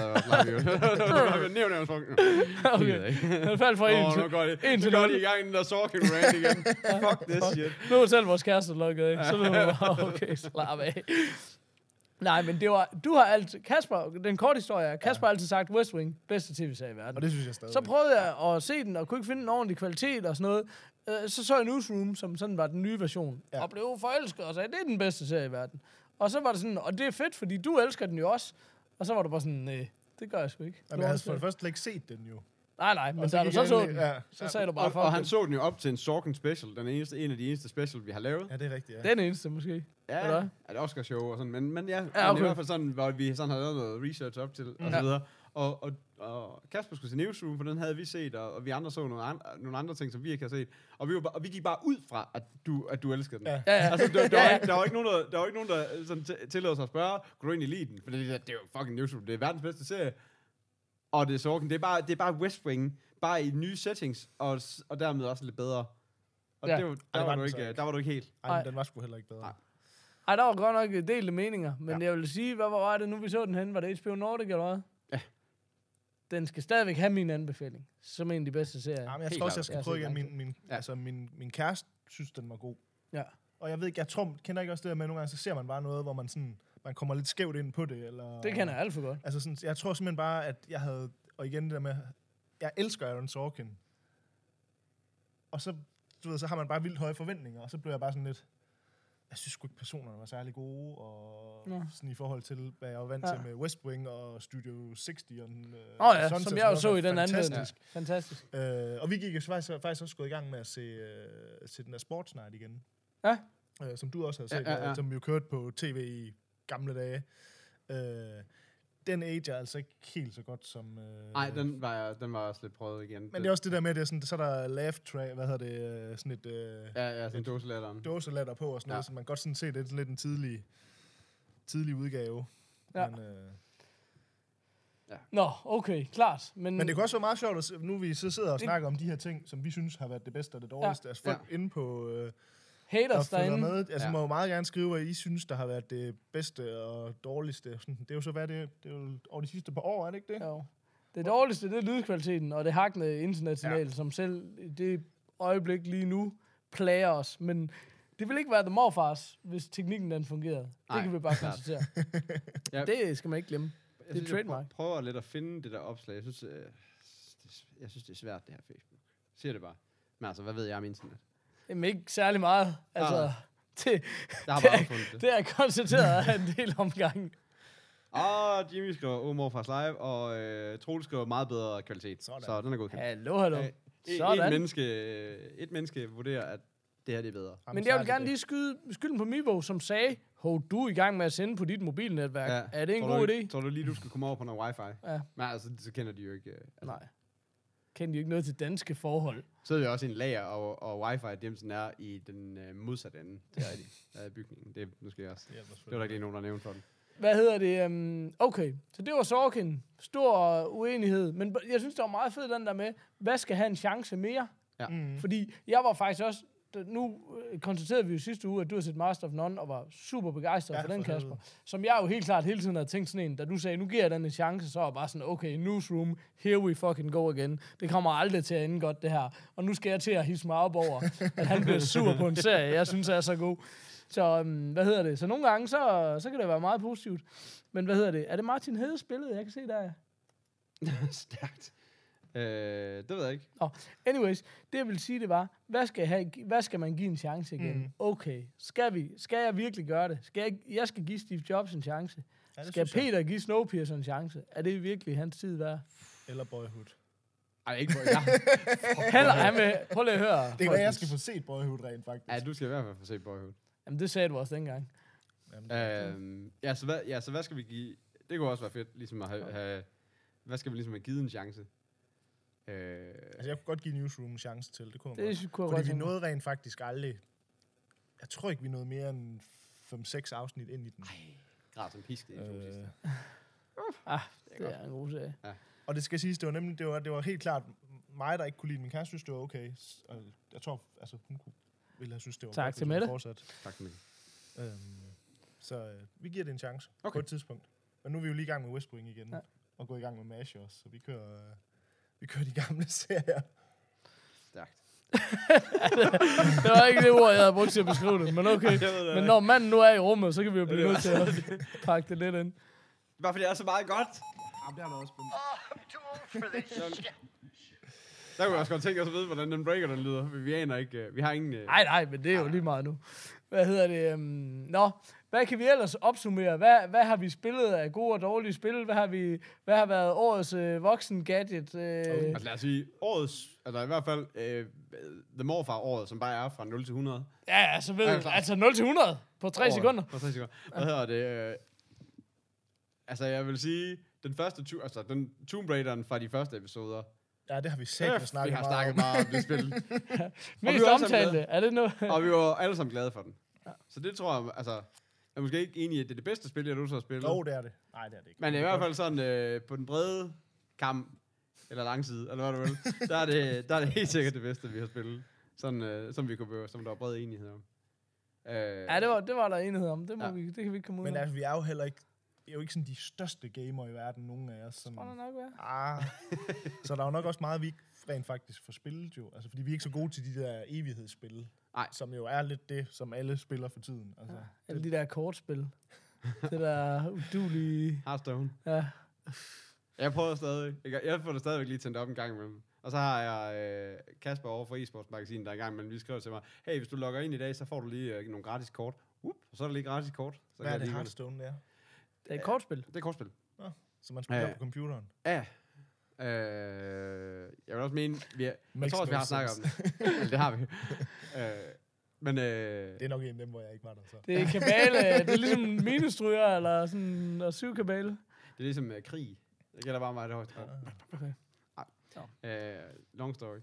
vi nævner okay. Det faldt fra en til... Nu går de i gang i den der Sorkin-rant igen. Fuck this shit. Nu er selv vores kæreste lukket, ikke? Så nu okay, slap af. Nej, men det var... Du har altid... Kasper, den korte historie Kasper har altid sagt West Wing, bedste tv-serie i verden. Og det synes jeg stadig. Så prøvede jeg at se den, og kunne ikke finde en ordentlig kvalitet og sådan noget. Så jeg Newsroom, som sådan var den nye version. Ja. Og blev forelsket og sagde, det er den bedste serie i verden. Og så var det sådan, og det er fedt, fordi du elsker den jo også. Og så var du bare sådan, nej, det gør jeg sgu ikke. Jamen, jeg havde for det første ikke set den jo. Nej, men da du så den, så sagde du bare, og han så den jo op til en Sorkin special, en af de eneste special, vi har lavet. Ja, det er rigtigt, Den eneste, måske. Ja, et Oscar-show og sådan, men ja, okay. I hvert fald sådan, hvor vi sådan har lavet noget research op til, og så videre. Og Kasper skulle se Newsroom, for den havde vi set, og vi andre så nogle andre ting, som vi ikke har set. Og vi gik bare ud fra, at du elskede den. Ja. Altså, der var ikke nogen, der sådan tillod sig at spørge, kunne du egentlig lide den? For det er jo fucking Newsroom, det er verdens bedste serie. Og det er Sorkin, det er bare West Wing, bare i nye settings, og dermed også lidt bedre. Og der var du ikke helt. Ej, den var sgu heller ikke bedre. Ej, der var godt nok delte meninger, men jeg vil sige, hvad var det nu, vi så den hen? Var det HBO Nordic eller hvad? Ja. Den skal stadigvæk have min anbefaling, som en af de bedste serier. Ja, men jeg tror også, jeg skal prøve igen. Min kæreste synes, den var god. Ja. Og jeg ved ikke, kender ikke også det der med, nogle gange så ser man bare noget, hvor man kommer lidt skævt ind på det. Eller, det kender jeg alt for godt. Altså sådan, jeg tror simpelthen bare, at jeg havde, og igen det der med, jeg elsker Aaron Sorkin. Og så, så har man bare vildt høje forventninger, og så blev jeg bare sådan lidt, jeg synes sgu ikke, personerne var særlig gode, og sådan i forhold til, hvad jeg var vant til med West Wing og Studio 60 og Sunset, som jeg jo så i den anden. Fantastisk. Og vi gik jo faktisk også gået i gang med at se den der Sports Night igen. Ja. Som du også havde set, som vi jo kørte på tv i gamle dage. Den ager altså ikke helt så godt som... Nej, den var også lidt prøvet igen. Men det er også det der med, det er sådan, så er der laugh track, hvad hedder det, sådan et... sådan en dåselatter på og sådan noget, så man kan godt sådan se, det er lidt en tidlig udgave. Ja. Men, Nå, okay, klart. Men det kan også være meget sjovt, at nu vi så sidder og snakker om de her ting, som vi synes har været det bedste og det dårligste. Altså folk inde på... haters derinde. Med. Altså, må jo meget gerne skrive, hvad I synes, der har været det bedste og dårligste. Det er jo så, hvad det er jo over de sidste par år, er det ikke det? Jo. Det dårligste, det er lydkvaliteten, og det hakkende internetsignal, som selv i det øjeblik lige nu plager os. Men det vil ikke være The Morfars, hvis teknikken den fungerede. Det kan vi bare konstatere. Det skal man ikke glemme. Det er trademark. Jeg prøver lidt at finde det der opslag. Jeg synes, det er svært, det her Facebook. Siger det bare. Men altså, hvad ved jeg om internet? Jamen ikke særlig meget. Altså, det har jeg konstateret af en del omgange. Og Jimmy skriver Morfars Live, og Troels skriver meget bedre kvalitet. Sådan. Så den er godkendt. Hallo. Et menneske vurderer, at det her det er bedre. Men jeg vil gerne lige skyde skylden på Mivo, som sagde, du er i gang med at sende på dit mobilnetværk. Ja. Er det en god idé? Tror du lige, du skal komme over på noget wifi? Ja. Men altså, så kender de jo ikke... Nej. Kender de jo ikke noget til danske forhold. Så er det også en lager og wifi, dem sådan er i den modsatte ende af bygningen. Det er måske også... Det var der ikke lige nogen, der nævnte for den. Hvad hedder det? Okay, så det var Sorkin. Stor uenighed. Men jeg synes, det var meget fedt, den der med, hvad skal have en chance mere? Ja. Fordi jeg var faktisk også... Nu konstaterede vi jo sidste uge, at du har set Master of None, og var super begejstret for den, Kasper. Som jeg jo helt klart hele tiden havde tænkt sådan en, da du sagde, nu giver jeg den en chance, så var bare sådan, okay, Newsroom, here we fucking go again. Det kommer aldrig til at ende godt, det her. Og nu skal jeg til at hisse mig op over, at han bliver sur på en serie, jeg synes er så god. Så hvad hedder det? Så nogle gange, så kan det være meget positivt. Men hvad hedder det? Er det Martin Hedes billede, jeg kan se der? Stærkt. Det ved jeg ikke. Anyways, det jeg vil sige, det var, hvad skal man give en chance igen? Okay, skal jeg virkelig gøre det? Jeg skal give Steve Jobs en chance. Ja, skal Peter give Snowpiercer en chance? Er det virkelig hans tid værd? Eller Boyhood. Ej, ikke Boyhood. Prøv lige at høre. Det kan være, jeg skal få set Boyhood rent, faktisk. Ja, du skal i hvert fald få set Boyhood. Jamen, det sagde du også dengang. Så hvad skal vi give? Det kunne også være fedt, ligesom at have hvad skal vi ligesom have givet en chance? Altså, jeg kunne godt give Newsroom en chance til. Det kunne det godt. Fordi vi nåede rent faktisk aldrig... Jeg tror ikke, vi nåede mere end 5-6 afsnit ind i den. Græd som pisk, det er to sidste. Det er en god serie. Og det skal siges, det var helt klart mig, der ikke kunne lide den. Min kæreste synes, det var okay. Og jeg tror, altså, hun ville have synes, det var Tak godt, til hvis hun Mette. fortsat. Tak for mig. Så vi giver det en chance Okay. på et tidspunkt. Men nu er vi jo lige i gang med Whispering igen. Ja. Og går i gang med MASH også. Så vi kører de gamle serier. Stærkt. Det var ikke det ord, jeg havde brugt til at beskrive det, men okay. Men når manden nu er i rummet, så kan vi jo blive nødt til at pakke det lidt ind. Bare fordi det er så meget godt. Jamen, det har du også spændt. I'm too old for this shit. Der kunne jeg også godt tænke os at vide, hvordan den breaker den lyder. Vi aner ikke, vi har ingen... Nej, men det er jo lige meget nu. Hvad hedder det? Hvad kan vi ellers opsummere? Hvad har vi spillet af gode og dårlige spil? Hvad har været årets voksen-gadget? Altså lad os sige, årets, altså i hvert fald The Morfar-året, som bare er fra 0 til 100. Ja, altså 0 til 100 på 3 sekunder. På 3 sekunder. Hvad hedder det? Altså jeg vil sige, den første, den Tomb Raideren fra de første episoder. Ja, det har vi sikkert snakket Vi har meget snakket om. meget om det spil. Mest omtalte. Er det noget? Og vi var alle sammen glade for den. Ja. Så det tror jeg, altså... Jeg er måske ikke enig i, at det er det bedste spil, jeg nogensinde har spillet. Jo, det er det. Nej, det er det ikke. Men i hvert fald sådan, på den brede kam, eller langside, eller hvad du vil, der er det helt sikkert det bedste, vi har spillet. Sådan, som der var bred enighed om. Ja, det var der enighed om. Det kan vi ikke komme ud af. Men altså, vi er jo heller ikke... Vi er jo ikke sådan de største gamer i verden, nogen af os. Sådan, Det må nok være. Så der er jo nok også meget, vi ikke rent faktisk får spillet jo. Altså, fordi vi er ikke så gode til de der evighedsspil. Nej. Som jo er lidt det, som alle spiller for tiden. Altså, Alle de der kortspil. Det der udulige... Hearthstone. Ja. Jeg prøver stadig. Jeg får det stadigvæk lige tændt op en gang imellem. Og så har jeg Kasper over for eSports Magazine, der er en gang imellem, vi skrev til mig, hey, hvis du logger ind i dag, så får du lige nogle gratis kort. Og så er der lige gratis kort. Så hvad er det Hearthstone der? Det er et kortspil. Det er kortspil. Så man spiller på computeren? Ja. Jeg vil også mene, jeg tror også, vi har snakket om det. Eller, det har vi. Men det er nok en af dem, hvor jeg ikke var der. Så. Det er kabale. Det er ligesom minestryger, eller sådan, og 7 kabale. det er ligesom krig. Det gælder bare mig det højst. Okay. Long story.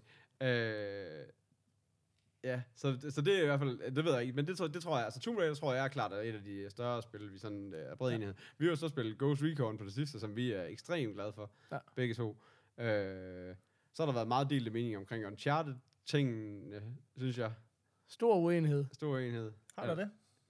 Ja, så det er i hvert fald, det ved jeg ikke, men det tror jeg, altså Tomb Raider tror jeg er klart er et af de større spil, vi sådan er bred enighed. Vi har jo så spillet Ghost Recon på det sidste, som vi er ekstremt glade for, begge to. Så har der været meget delte mening omkring Uncharted-tingen, synes jeg. Stor uenighed. Stor enhed. Har der det?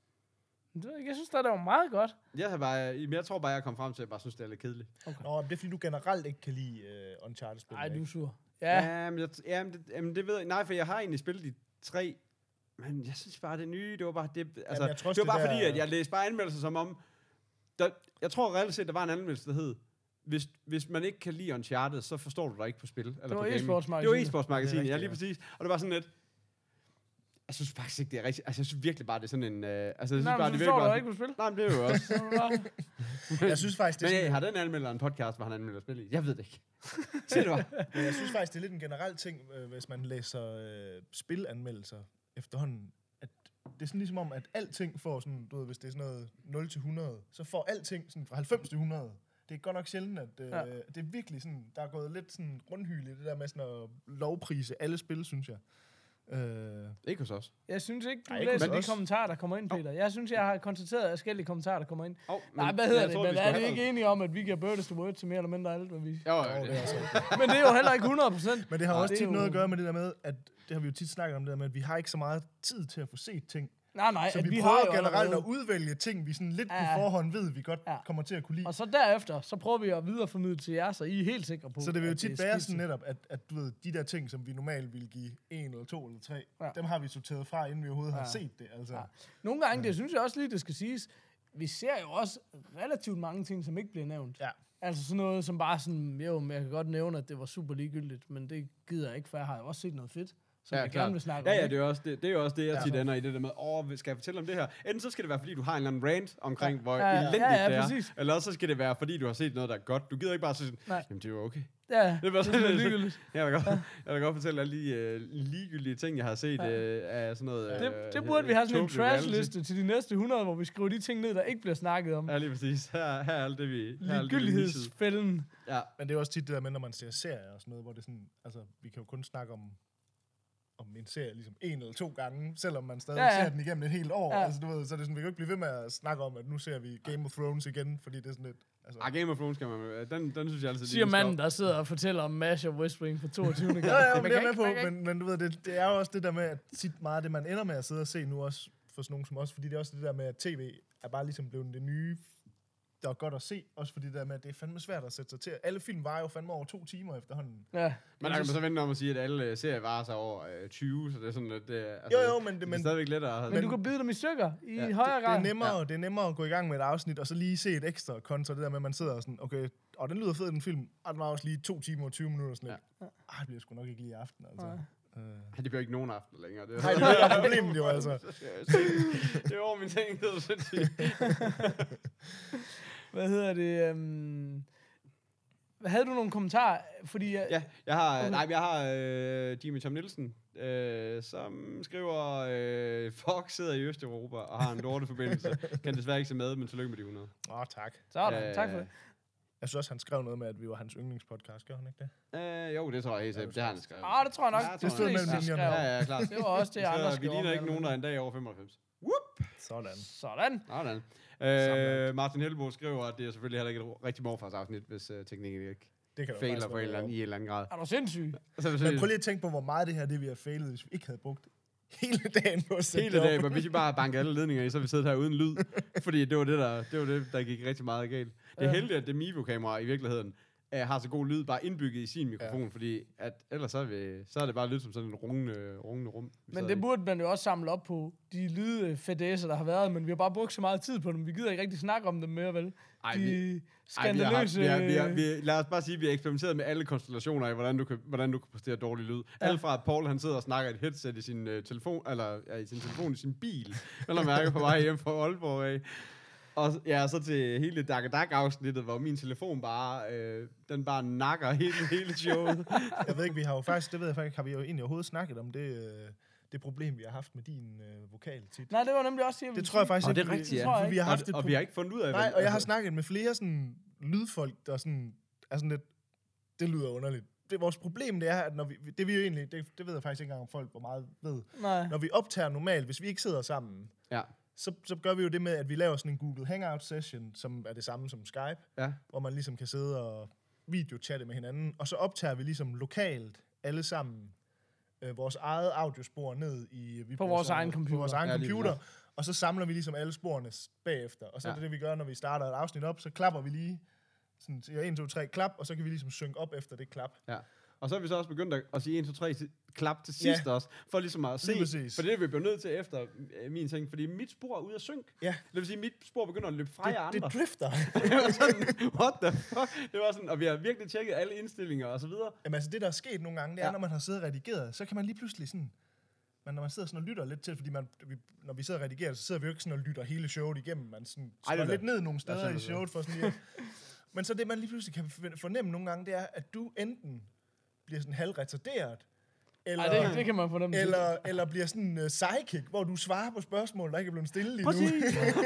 Jeg synes, det var meget godt. Jeg tror bare, jeg kom frem til, at jeg bare synes, det er lidt kedeligt. Okay. Nå, det er fordi, du generelt ikke kan lide Uncharted-spil. Nej, du er sur. Ja. Jamen, det ved jeg. Nej, for jeg har egentlig spillet de 3, men jeg synes bare, det nye, det var bare det. Altså, jamen, det var bare fordi, at jeg læste bare anmeldelser som om, jeg tror reelt set, der var en anmeldelse, der hed, hvis man ikke kan lide Uncharted, så forstår du dig ikke på spil. Eller Det var på gaming. eSports Magazine. Det var eSports Magazine, ja, lige ja. præcis. Og det var sådan lidt, jeg synes faktisk ikke, det er rigtigt. Altså, jeg synes virkelig bare, det er sådan en... altså, jeg synes Nej, bare, men det så er forstår du bare... ikke på spil. Nej, men det er jo også... Jeg synes faktisk, det er Men sådan, har den anmelder en podcast, hvor han anmelder spil i? Jeg ved det ikke. Se det bare. men jeg synes faktisk, det er lidt en generel ting, hvis man læser spilanmeldelser efterhånden. At det er sådan ligesom om, at alting får sådan, du ved, hvis det er sådan noget 0 til 100, så får alting sådan fra 90 til 100. Det er godt nok sjældent, at det er virkelig sådan, der er gået lidt sådan rundhyl i det der med sådan at lovprise alle spil, synes jeg. Ikke hos os. Jeg synes ikke, du Nej, ikke læser hos de os. kommentarer, der kommer ind, Peter. Jeg synes, jeg har konstateret forskellige kommentarer, der kommer ind. Men Nej, hvad hedder jeg det? tror, vi Men skulle er det have ikke enige om, at vi giver Bird to Word til mere eller mindre alt, hvad vi... Jo, Det er også Men det er jo heller ikke 100%. Men det har også det er tit jo- noget at gøre med det der med, at det har vi jo tit snakket om det der med, at vi har ikke så meget tid til at få set ting. Nej, Så at vi har prøver jo generelt allerede- at udvælge ting, vi sådan lidt på Ja. forhånd ved, vi godt kommer til at kunne lide. Og så derefter, så prøver vi at videreformidle til jer, så I er helt sikre på, Så det vil jo at tit er være spidse. sådan netop, at du ved, de der ting, som vi normalt ville give 1 eller 2 eller 3, Ja. dem har vi sorteret fra, inden vi overhovedet har set det. Altså. Ja. Nogle gange, det synes jeg også lige, det skal siges, vi ser jo også relativt mange ting, som ikke bliver nævnt. Ja. Altså sådan noget, som bare sådan, jo, men jeg kan godt nævne, at det var super ligegyldigt, men det gider jeg ikke, for jeg har jo også set noget fedt, som jeg gerne vil snakke om. Ja, ikke? det er jo også det, jeg tit ender i det der med, skal jeg fortælle om det her? Enten så skal det være, fordi du har en eller anden rant omkring, hvor elendigt det er, præcis. eller også så skal det være, fordi du har set noget, der er godt. Du gider ikke bare sige, Nej. jamen det er jo okay. Ja, Det var det er ligegyldigt. Jeg vil godt fortælle alle de ligegyldige ting, jeg har set af sådan noget... Det burde vi have sådan en totally reality. trash-liste til de næste 100, hvor vi skriver de ting ned, der ikke bliver snakket om. Ja, lige præcis. Her er alt det, vi... Ligegyldighedsfælden. Ja. Men det er også tit det der med, når man ser serier og sådan noget, hvor det sådan, altså, vi kan jo kun snakke om om en serie ligesom 1 eller 2 gange, selvom man stadig ser den igennem et helt år. Altså, du ved, så er det sådan, vi kan ikke blive ved med at snakke om, at nu ser vi Game of Thrones igen, fordi det er sådan lidt... Altså. Game of Thrones kan man... Den synes jeg altid... Siger manden, der sidder og fortæller om MASH og Whispering for 22. gang. Ja, men det er med på, men du ved, det er jo også det der med, at tit meget det, man ender med at sidde og se nu også, for sådan nogen som os, fordi det er også det der med, at tv er bare ligesom blevet det nye, der er godt at se, også fordi det der med, at det er fandme svært at sætte sig til. Alle film var jo fandme over 2 timer efterhånden. Ja. Men der kan man så vente om at sige, at alle serier varer sig over 20, så det er sådan, at det, men det er stadigvæk lettere. Men du kan bide dem i stykker i højere grad. Det er nemmere at gå i gang med et afsnit, og så lige se et ekstra kontra det der med, at man sidder og sådan, okay, og den lyder fed, den film, og den var også lige 2 timer og 20 minutter sådan lidt. Det bliver sgu nok ikke lige i aften, altså. Det bliver ikke nogen aften længere. Det Nej, det er problemet jo, altså. Det er over min ting, det er sindssygt. Hvad hedder det? Havde du nogle kommentarer? Fordi jeg har Jimmy Tom Nielsen, som skriver, Fox sidder i Østeuropa og har en dårlig forbindelse. Kan desværre ikke se med, men tillykke med de 100. Tak. Sådan, tak for det. Jeg synes også, han skrev noget med, at vi var hans yndlingspodcast. Gør han ikke det? Jo, det tror jeg helt sikkert. Det har han skrevet. Det tror jeg nok. Det stod mellem linjerne. Ja, klart. Det var også det, andre skrev. Vi ligner ikke nogen, der er en dag over 95. Whoop! Sådan. Martin Hellebo skriver, at det er selvfølgelig heller ikke et rigtig morfarsafsnit, hvis teknikken ikke fejler på i en eller anden grad. Er du sindssyg? Men prøv lige at tænke på, hvor meget det her, det vi har fejlet, hvis vi ikke havde brugt hele dagen på at sætte hele dagen, men hvis vi bare banker alle ledninger i, så vi siddet her uden lyd. Fordi det var det, der gik rigtig meget galt. Det er heldigt, at det Mivo-kamera i virkeligheden har så god lyd bare indbygget i sin mikrofon, fordi at ellers så er det bare lyd som sådan en rungende rum. Men det burde man jo også samle op på, de lydfadæser, der har været, men vi har bare brugt så meget tid på dem. Vi gider ikke rigtig snakke om dem mere, vel? Skandaløse... Lad os bare sige, at vi har eksperimenteret med alle konstellationer af, hvordan du kan præstere dårlig lyd. Ja. Alt fra, at Paul han sidder og snakker et headset i sin telefon, eller i sin telefon i sin bil, eller mærker på vej hjem fra Aalborg af. Og så til hele Dak-afsnittet, hvor min telefon bare, den bare nakker hele showet. Jeg ved ikke, vi har jo faktisk, det ved jeg faktisk, har vi jo egentlig overhovedet snakket om det problem, vi har haft med din vokal tit. Nej, det var nemlig også det tror jeg faktisk ikke. Det er rigtigt, ja. Vi har haft og vi har ikke fundet ud af det. Nej, og jeg har snakket med flere sådan lydfolk, der sådan, er sådan lidt, det lyder underligt. Vores problem det er, at når det vi jo egentlig, det ved jeg faktisk ikke engang om folk, hvor meget ved. Nej. Når vi optager normalt, hvis vi ikke sidder sammen, så gør vi jo det med, at vi laver sådan en Google Hangout session, som er det samme som Skype, hvor man ligesom kan sidde og videochatte med hinanden, og så optager vi ligesom lokalt alle sammen vores eget audiospor ned i på vores egen computer. På vores egen computer, og så samler vi ligesom alle sporene bagefter. Og så er det vi gør, når vi starter et afsnit op, så klapper vi lige sådan 1, 2, 3 klap, og så kan vi ligesom synke op efter det klap. Ja. Og så har vi så også begyndt at sige 1, 2, 3 klap til sidst også, for ligesom at se, for det er vi blevet nødt til efter min ting, fordi mit spor er ude af synk. Ja. Det vil sige, mit spor begynder at løbe fra jer andre. Det drifter. Det var sådan, what the fuck? Det var sådan, og vi har virkelig tjekket alle indstillinger og så videre. Jamen altså, det der er sket nogle gange, det er, når man har siddet og redigeret, så kan man lige pludselig sådan, men når man sidder sådan og lytter lidt til, fordi når vi sidder og redigerer, så sidder vi jo ikke sådan og lytter hele showet igennem, man sådan slår lidt ned nogle steder i showet for sådan lige. Men så det, man lige pludselig kan fornemme nogle gange, det er, at du enten bliver sådan halvretarderet, eller, det kan man fornemme. Eller bliver sådan psychic, hvor du svarer på spørgsmål, der ikke er blevet stillet lige nu.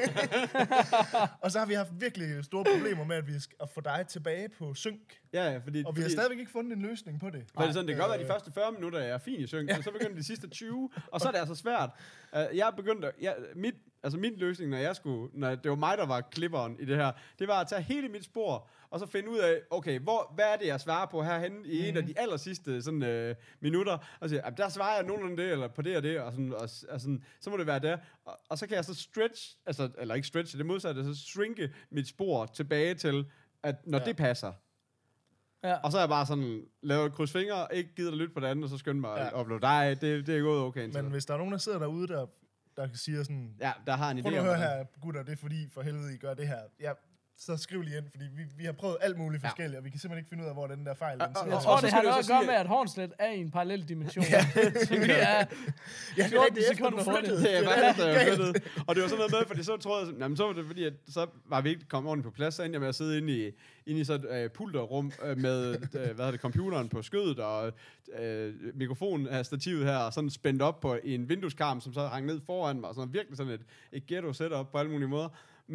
Og så har vi haft virkelig store problemer med, at få dig tilbage på synk. Ja, og vi har stadigvis ikke fundet en løsning på det. For det, sådan, det kan godt være, de første 40 minutter er fint i synk, og så begynder de sidste 20, og så er det altså svært. Jeg begyndte... min løsning, når det var mig, der var klipperen i det her, det var at tage hele mit spor, og så finde ud af, okay, hvad er det, jeg svarer på herhenne i en af de aller sidste sådan, minutter, og sige, der svarer jeg nogenlunde det, eller på det og det, og sådan, så må det være der. Og så kan jeg så stretch, eller ikke stretch, det modsatte, så shrinke mit spor tilbage til, at når det passer. Ja. Og så er jeg bare sådan, lavet et kryds fingre, ikke gider at lytte på det andet, og så skynder mig at uploade. Nej, det er gået okay. Men hvis der er nogen, der sidder derude, der siger sådan... Ja, der har en idé om det. Prøv at høre her, gutter, det er fordi, for helvede, I gør det her. Ja, så skriv lige ind, fordi vi har prøvet alt muligt forskelligt, og vi kan simpelthen ikke finde ud af, hvor den der fejl den sidder. Jeg tror, det har noget at gøre med, at Hornslet er i en parallel dimension. Ja, det er 14 sekunder flyttet. Det er bare efter, jeg flyttede. Og det var sådan noget med, fordi så troede jeg, så var det fordi, at så var vi ikke kommet ordentligt på plads, så endte jeg med at sidde inde i så et pulterrum med, computeren på skødet, og mikrofonstativet her, og sådan spændt op på en vindueskarm, som så hang ned foran mig, og sådan virkelig sådan et ghetto setup på alle mulige måder. Men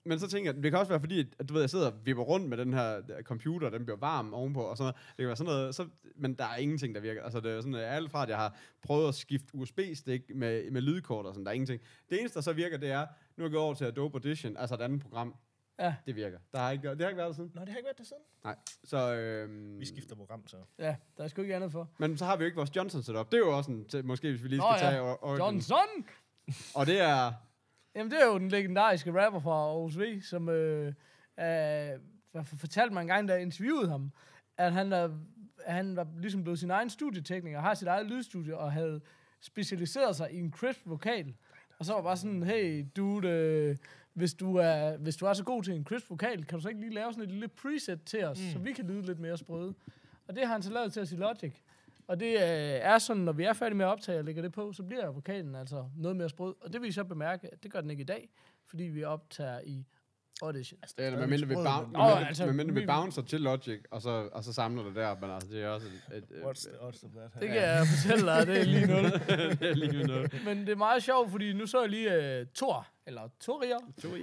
Men så tænker jeg, det kan også være fordi, at du ved, jeg sidder og vipper rundt med den her computer, den bliver varm ovenpå, og sådan noget. Det kan være sådan noget, men der er ingenting, der virker. Altså, det er sådan alt fra, at jeg har prøvet at skifte USB-stik med lydkort og sådan, der er ingenting. Det eneste, der så virker, det er, nu er jeg gået over til Adobe Audition, altså et andet program. Ja. Det virker. Det har ikke været der siden. Nå, det har ikke været det siden. Nej. Så, Vi skifter program, så. Ja, der er sgu ikke andet for. men så har vi jo ikke vores Johnson setup. Det er jo også en, måske hvis vi lige skal tage... Johnson! Og det er... Jamen, det er jo den legendariske rapper fra Aarhus V, som fortalte mig en gang, da jeg interviewede ham, at han var ligesom blevet sin egen studietekniker, har sit eget lydstudie, og havde specialiseret sig i en crisp vokal. Og så var bare sådan, hey, dude, hvis du er så god til en crisp vokal, kan du så ikke lige lave sådan et lille preset til os, så vi kan lyde lidt mere sprøde. Og det har han så lavet til os i Logic. Og det er sådan, når vi er færdige med at optage og lægger det på, så bliver vokalen altså noget mere sprød. Og det vil I så bemærke, at det gør den ikke i dag, fordi vi optager i Audition. Altså, eller medmindre vi bouncer til Logic, og så samler det der, men altså, det er også What's the odds of that? Det kan jeg fortælle dig, det er lige nul. det er lige nul. Men det er meget sjovt, fordi nu så jeg lige Torier.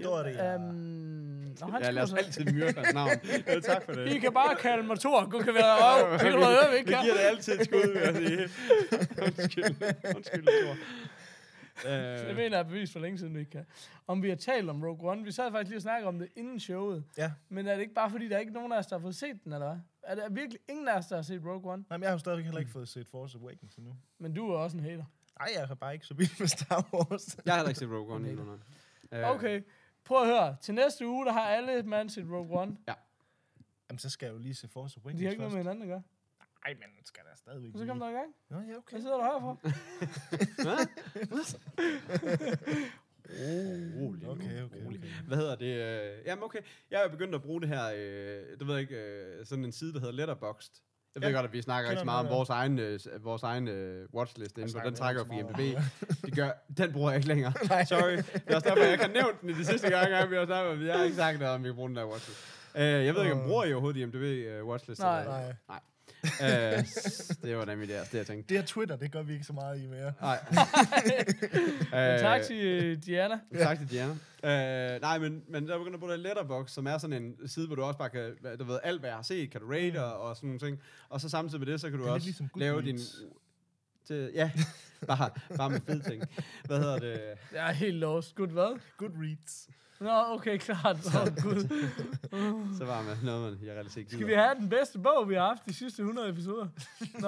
Jeg lader os altid Myrfans navn. Ja, tak for det. I kan bare kalde mig Thor. Du kan være røv. Det kan du høre, vi ikke kan. Vi giver det altid et skud, vil jeg sige. Undskyld, Thor. Så det mener jeg er bevist for længe siden, vi ikke kan. Om vi har talt om Rogue One. Vi sad faktisk lige og snakkede om det inden showet. Ja. Men er det ikke bare fordi, der er ikke nogen af os, der har fået set den, eller hvad? Er der virkelig ingen af os, der har set Rogue One? Nej, men jeg har jo stadigvæk heller ikke fået set Force Awakens endnu. Men du er også en hater. Nej, jeg er bare ikke så vild med Star Wars. Jeg har heller ikke set Rogue One endnu. Okay, prøv at høre. Til næste uge, der har alle mand set Rogue One. Ja. Jamen, så skal jeg jo lige se Force Awakens De har ikke først. noget med hinanden at gøre. Nej, men skal der stadigvæk Så kom der i gang. Nå, ja, okay. Hvad sidder du her for? Okay. Hvad hedder det? Jamen okay, jeg er begyndt at bruge det her, du ved ikke, sådan en side, der hedder Letterboxd. Jeg ved godt, at vi snakker ikke så meget om vores egen watchlist inde på. Den trækker jo for IMDb. Den bruger jeg ikke længere. Sorry. Det er også derfor, jeg kan nævne den i de sidste gange, vi har snakket om. Jeg har ikke sagt noget om, vi kan bruge den der watchlist. Jeg ved ikke, om bruger I overhovedet IMDb watchlist? Nej. Det var nemlig det, jeg tænkte. Det er Twitter, det gør vi ikke så meget i mere. Nej. Tak til Diana. Tak til Diana. Nej, men der er begyndt at bruge Letterboxd, som er sådan en side, hvor du også bare kan, du ved, alt hvad jeg har set, kan du rate og sådan nogle ting. Og så samtidig med det, så kan du også ligesom lave din... Ja, bare med fede ting. Hvad hedder det? Jeg er helt lost. Good hvad? Goodreads. Nå, okay, klart. Gud. Så var man noget, jeg reelt ikke gider. Skal vi have den bedste bog, vi har haft de sidste 100 episoder? Nå.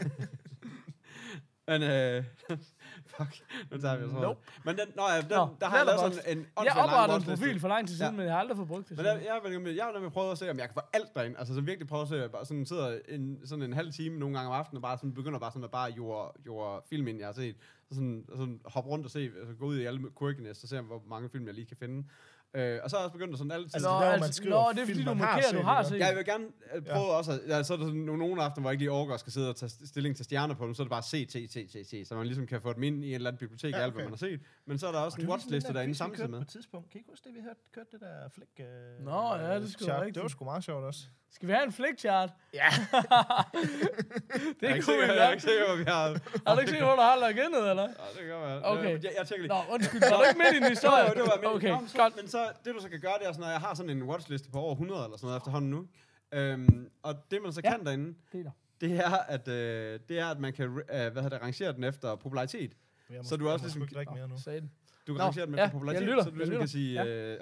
Men, fuck, nu tager vi os over. Nope. Men der har jeg lavet sådan en jeg oprettede en profil for lang tid siden, men jeg har aldrig fået brugt det. Men jeg har nemlig prøvet at se, om jeg kan få alt derind. Altså så virkelig prøve at se, bare sådan sidder sådan en halv time nogle gange om aftenen, og bare sådan begynder bare sådan at bare jorde film ind, jeg har set. Så sådan hoppe rundt og se, altså gå ud i alle quirkiness, og se, hvor mange film jeg lige kan finde. Og så er jeg også begyndt at sådan altid... Altså, det er fordi, du markerer, du har set. Jeg vil gerne prøve også... Så er der sådan nogle aftener, hvor jeg ikke lige overgår skal sidde og tage stilling til stjerner på dem, så er det bare se, så man ligesom kan få dem ind i en eller anden bibliotek af alt, hvad man har set. Men så er der også en watchliste derinde samtidig med. På et tidspunkt. Kan I ikke huske det, vi kørte det der flæk? Nå, ja, det skulle rigtigt. Det var sgu meget sjovt også. Skal vi have en flickchart? Ja. Det er cool. Jeg er ikke sikker på, at vi har... Har du ikke set, hvor du har lagt ind, eller? Ja, det kan godt være. Okay. Jeg tjekker lige. Nå, undskyld. Var du ikke midt i en historie? Jo, det var midt. Okay, godt. Men så, det du så kan gøre, det er sådan, at jeg har sådan en watchliste på over 100 eller sådan noget efterhånden nu. Og det man så kan derinde, det er, at man kan rangere den efter popularitet. Så du også ligesom... Du kan rangere den efter popularitet, så du ligesom kan sige...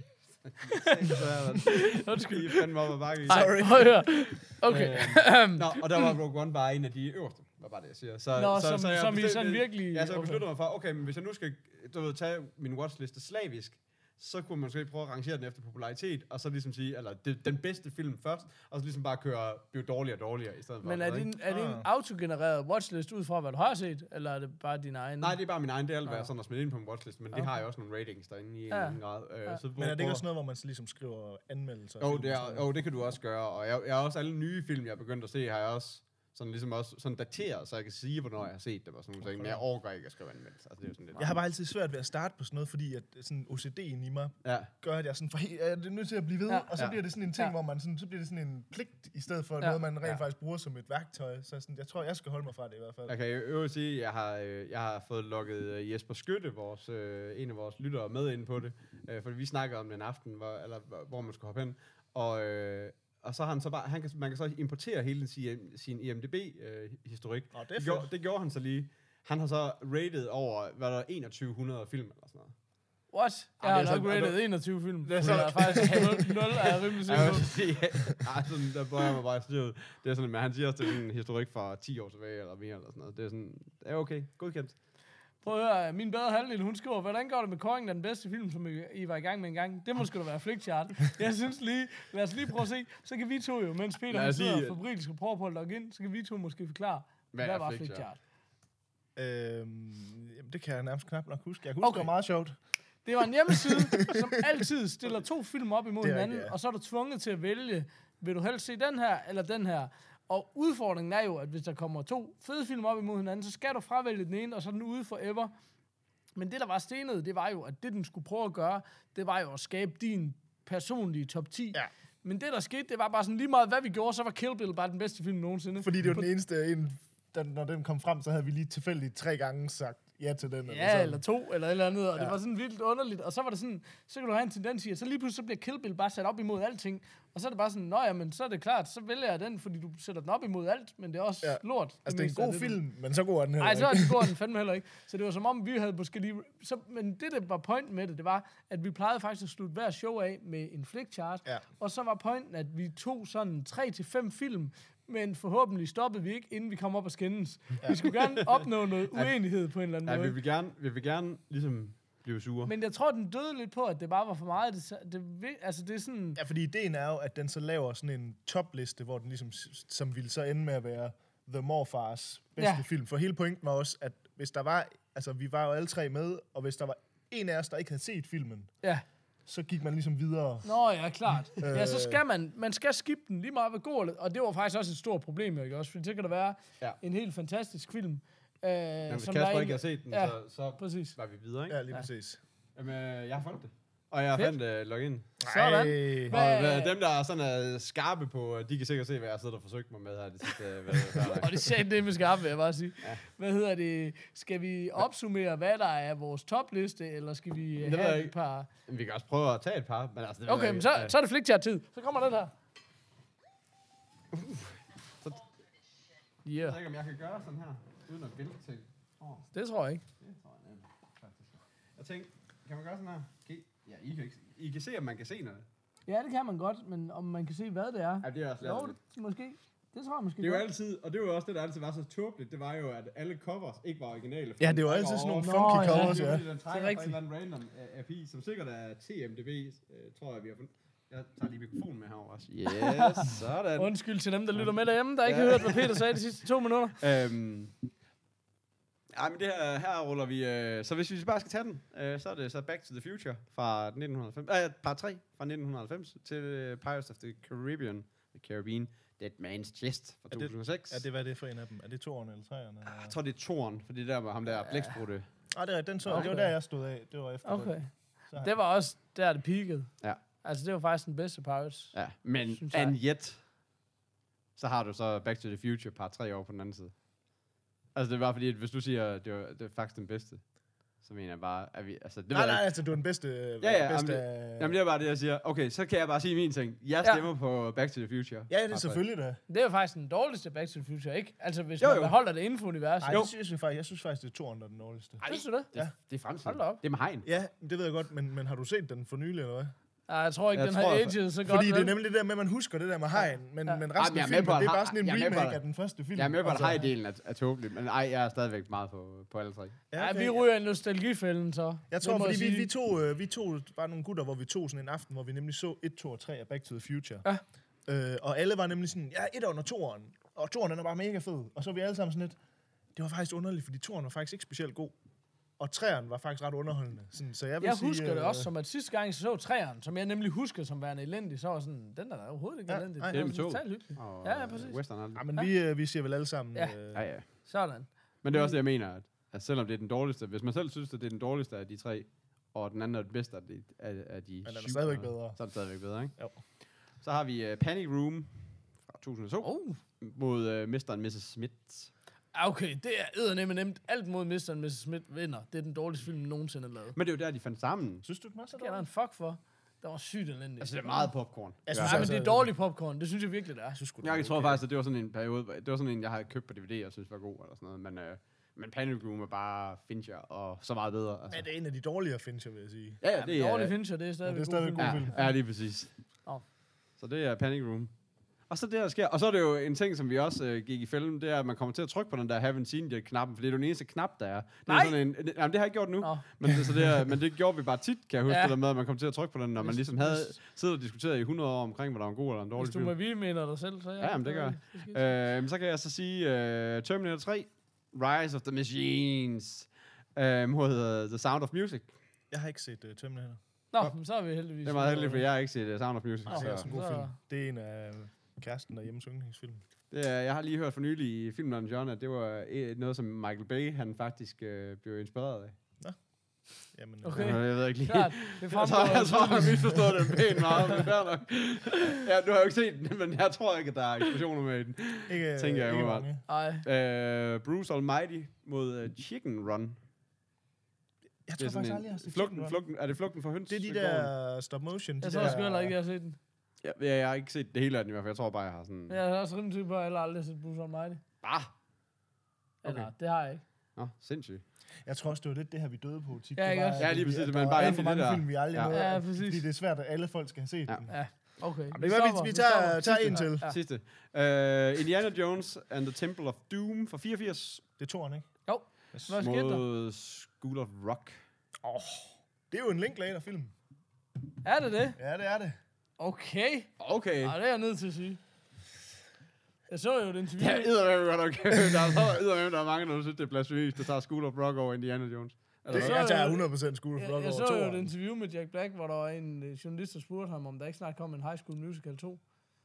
Undskyld, I fandme op ad bakke. Sorry. Okay. Og der var Rogue One bare en af de øverste. Var bare det, jeg siger. Som I sådan virkelig... Ja, så jeg besluttede mig for, okay, men hvis jeg nu skal tage min watchliste slavisk, så kunne man måske prøve at rangere den efter popularitet, og så ligesom sige, eller den bedste film først, og så ligesom bare blive dårligere og dårligere i stedet for. Men er det en autogenereret watchlist ud fra, hvad du har set, eller er det bare din egen? Nej, det er bare min egen. Det er alt, hvad jeg sådan har smidt ind på min watchlist, men det har jeg også nogle ratings derinde i en eller anden grad. Men er det ikke også noget, hvor man ligesom skriver anmeldelser? Jo, det kan du også gøre, og jeg har også alle nye film, jeg er begyndt at se, har jeg også Sådan ligesom også sådan dateret, så jeg kan sige, hvornår jeg har set det, og sådan nogle ting. Men jeg overgår ikke at skrive anmeldelser. Altså, det er jo sådan lidt. Jeg har bare altid svært ved at starte på sådan noget, fordi at sådan OCD'en i mig gør, at jeg sådan, det er nødt til at blive ved, og så bliver det sådan en ting, hvor man sådan, så bliver det sådan en pligt, i stedet for noget, man rent faktisk bruger som et værktøj. Så sådan, jeg tror, jeg skal holde mig fra det i hvert fald. Jeg kan jo sige, at jeg har fået lukket Jesper Skytte, en af vores lyttere, med ind på det. Fordi vi snakker om den aften, hvor man skulle hoppe hen. Og så har han så bare, man kan så importere hele sin IMDb-historik. Det gjorde han så lige. Han har så rated over, hvad der 2100 film eller sådan noget. What? Jeg har nok rated 21 film. Det er så faktisk 0 er rimelig sikkert. Der bøjer mig bare styr ud. Det er sådan, men han siger også, det er en historik fra 10 år tilbage eller mere eller sådan noget. Det er sådan, det er okay. Godkendt. Prøv at høre, min bedre halvdel, hun skriver, hvordan går det med kåringen af den bedste film, som I var i gang med en gang? Det må sgu da være Flickchart. Jeg synes lige, lad os lige prøve at se, så kan vi to jo, mens Peter han sidder og fabrilsk og prøver på at logge ind, så kan vi to måske forklare, hvad var Flickchart? Det kan jeg nærmest knap nok huske. Jeg husker det var meget sjovt. Det var en hjemmeside, som altid stiller 2 film op imod hinanden, og så er du tvunget til at vælge, vil du helst se den her eller den her? Og udfordringen er jo, at hvis der kommer 2 fede film op imod hinanden, så skal du fravælge den ene, og så er den ude forever. Men det, der var stenet, det var jo, at det, den skulle prøve at gøre, det var jo at skabe din personlige top 10. Ja. Men det, der skete, det var bare sådan lige meget, hvad vi gjorde, så var Kill Bill bare den bedste film nogensinde. Fordi det var den eneste, når den kom frem, så havde vi lige tilfældigt 3 gange sagt ja til den. Eller 2, eller et eller andet, og det var sådan vildt underligt. Og så var det sådan, så kan du have en tendens i, at så lige pludselig så bliver Kill Bill bare sat op imod alting. Og så er det bare sådan, men så er det klart, så vælger jeg den, fordi du sætter den op imod alt, men det er også lort. Altså, det er en god film, men så går den heller ikke. Nej, så går den fandme heller ikke. Så det var som om, vi havde måske lige... men det, der var pointen med det var, at vi plejede faktisk at slutte hver show af med en Flickchart. Ja. Og så var pointen, at vi tog sådan 3-5 film, men forhåbentlig stoppede vi ikke, inden vi kom op og skændes. Ja. Vi skulle gerne opnå noget uenighed på en eller anden måde. Vi vil gerne ligesom blive sure. Men jeg tror, den døde lidt på, at det bare var for meget. Det er sådan... Ja, fordi ideen er jo, at den så laver sådan en topliste, hvor den ligesom, som ville så ende med at være The Morfars bedste film. For hele pointen var også, at hvis der var... Altså, vi var jo alle 3 med, og hvis der var en af os, der ikke havde set filmen, så gik man ligesom videre. Nå ja, klart. Ja, så skal man skal skippe den lige meget ved god, og det var faktisk også et stort problem, ikke også? For det kan da være en helt fantastisk film. Men hvis Kasper ikke har set den, så præcis. var vi videre, ikke? Ja, lige præcis. Jamen, jeg har fundet det. Og jeg fandt login. Sådan. Og dem, der er sådan skarpe på, de kan sikkert se, hvad jeg sidder og forsøgt mig med her det sidste. Og det sagde det med skarpe, vil jeg bare sige. Ja. Hvad hedder det? Skal vi opsummere, hvad der er vores topliste, eller skal vi have et par... Vi kan også prøve at tage et par. Men altså, okay, men så er det Flickchart-tid. Så kommer den her. Jeg ved ikke, om jeg kan gøre sådan her, uden at vælte ting. Det tror jeg ikke. Det tror jeg nemt, faktisk. Jeg tænkte, kan man gøre sådan her? Ja, I kan se, om man kan se noget. Ja, det kan man godt, men om man kan se, hvad det er. Ja, det er også lidt. Måske. Det tror jeg måske. Det er jo altid, og det var også det, der altid var så tåbeligt, det var jo, at alle covers ikke var originale. Ja, det var altid sådan nogle funky covers, ja. Den trækker fra en eller anden random API, som sikkert er TMDB, tror jeg, vi har fundet. Jeg tager lige mikrofonen med herovre også. Yes, sådan. Undskyld til dem, der lytter med derhjemme, der ikke har hørt, hvad Peter sagde de sidste 2 minutter. Ej, men det her ruller vi... så hvis vi bare skal tage den, så er det så Back to the Future fra 1990. Part 3 fra 1990 til Pirates of the Caribbean. Dead Man's Chest fra 2006. Er det, hvad det er for en af dem? Er det 2'eren eller 3'eren? Jeg tror, det er 2'eren, fordi det der var ham der blæksprutte. Det er den så. Okay. Det var der, jeg stod af. Det var efter det var også der, det peakede. Ja. Altså, det var faktisk den bedste Pirates. Ja, men and yet, så har du så Back to the Future part 3 over på den anden side. Altså, det var fordi, at hvis du siger, at det er faktisk den bedste, så mener jeg bare, at vi... Altså, det altså, du er den bedste... Jamen, det er bare det, jeg siger. Okay, så kan jeg bare sige min ting. Jeg stemmer på Back to the Future. Ja, det er selvfølgelig det. Det er jo faktisk den dårligste Back to the Future, ikke? Altså, hvis man beholder det inden for universet. Nej, jeg synes faktisk, det er 2'eren, der er den dårligste. Synes du det? Ja. Det er fremtiden. Det er med hegn. Ja, det ved jeg godt, men har du set den for nylig, eller hvad? Jeg tror ikke, den har aget så godt. Fordi det er nemlig det der med, at man husker det der med hegn, men resten af filmen, det er bare sådan en remake af den første film. Jeg er med på, at hej-delen er tåbelig, men jeg er stadigvæk meget på alle 3. Ja, vi ryger i nostalgifælden, så. Jeg tror, fordi vi to var nogle gutter, hvor vi tog sådan en aften, hvor vi nemlig så 1, 2 og 3 af Back to the Future. Ja. Og alle var nemlig sådan, 1'eren og 2'eren. Og 2'eren, den er bare mega fed. Og så var vi alle sammen sådan lidt, det var faktisk underligt, fordi 2'eren var faktisk ikke specielt god. Og træerne var faktisk ret underholdende. Sådan, så jeg husker det også som, at sidste gang jeg så træerne, som jeg nemlig husker som værende elendig, så var sådan, den der overhovedet ikke elendig. Det er med tog. Ja, præcis. Ja, men vi siger vel alle sammen... Ja. Sådan. Men det er også det, jeg mener, at selvom det er den dårligste, hvis man selv synes, at det er den dårligste af de 3, og den anden er den bedste af de 7, men den er stadigvæk bedre. Så er det stadigvæk bedre, ikke? Jo. Så har vi Panic Room fra 2002 mod Mr. and Mrs. Smith. Okay, det er eddernemmen nemt. Alt mod Mr. and Mrs. Smith vinder. Det er den dårligste film, nogensinde lavet. Men det er jo der, de fandt sammen. Synes du, den var så dårlig? Det er der en fuck for. Der var sygt elendigt. Altså, det er meget popcorn. Ja, men det er dårlig popcorn. Det synes jeg virkelig, det er. Jeg tror faktisk, at det var sådan en periode, det var sådan en, jeg havde købt på DVD, og synes var god, eller sådan noget. Men Panic Room er bare Fincher, og så meget bedre. Altså. Men det er en af de dårligere Fincher, vil jeg sige. Ja, det er... Dårlig Fincher, det er stadigvæk god film. Ja, lige præcis. Så det er Panic Room. Og så det, der sker, og så er det jo en ting, som vi også gik i fælden, det er, at man kommer til at trykke på den der haven't seen yet-knappen, for det er jo den eneste knap, der er. Det er sådan en, jamen, det har jeg ikke gjort nu, men det gjorde vi bare tit, kan jeg huske, det der med, at man kom til at trykke på den, når man ligesom havde siddet og diskuteret i 100 år omkring, hvad der var en god eller en dårlig film. Hvis du med mener dig selv, så ja. Jamen, det gør jeg. Så kan jeg så sige Terminator 3, Rise of the Machines, mod The Sound of Music. Jeg har ikke set Terminator. Nå, så er vi heldigvis. Det er meget heldigt, for jeg har ikke set Sound of Music. Det er også en god film. Det er en af kæresten derhjemmes yndlingsfilm. Jeg har lige hørt for nylig i filmen om John, at det var noget, som Michael Bay, han faktisk blev inspireret af. Nå. Jamen, okay. Jeg ved ikke lige. Klart, jeg tror, han har misforstået den pænt meget, men fair nok. Ja, du har jo ikke set den, men jeg tror ikke, at der er eksplosioner med i den. Ikke, tænker jeg ikke mange. Bruce Almighty mod Chicken Run. Jeg tror faktisk aldrig, jeg har set flugten, er det Flugten for høns? Det er de der stop motion. Jeg tror sgu heller ikke, jeg har set den. Ja, jeg har ikke set det hele af den i hvert fald. Jeg tror bare, jeg har sådan... Jeg har også rimelig type på, at jeg aldrig har set Bruce Almighty. Bare? Okay. Eller, det har jeg ikke. Nå, sindssygt. Jeg tror også, det var det her, vi døde på tit. Ja, lige præcis. Men bare for mange film, vi aldrig nåede. Ja, præcis. Fordi det er svært, at alle folk skal have set den. Ja. Okay. Vi tager en til. Sidste. Indiana Jones and the Temple of Doom fra 84. Det er toren, ikke? Jo. Hvad skete der? Mod School of Rock. Det er jo en Linklater-film. Er det det? Ja, det er det. Okay. Okay. Nej, det er jeg nødt til at sige. Jeg så jo et interview. Ja, der er mange, der synes, det er blasfemisk, der tager School of Rock over Indiana Jones. Jeg tager 100% School of Rock over Jeg så jo et interview med Jack Black, hvor der var en journalist, der spurgte ham, om der ikke snart kom en High School Musical 2.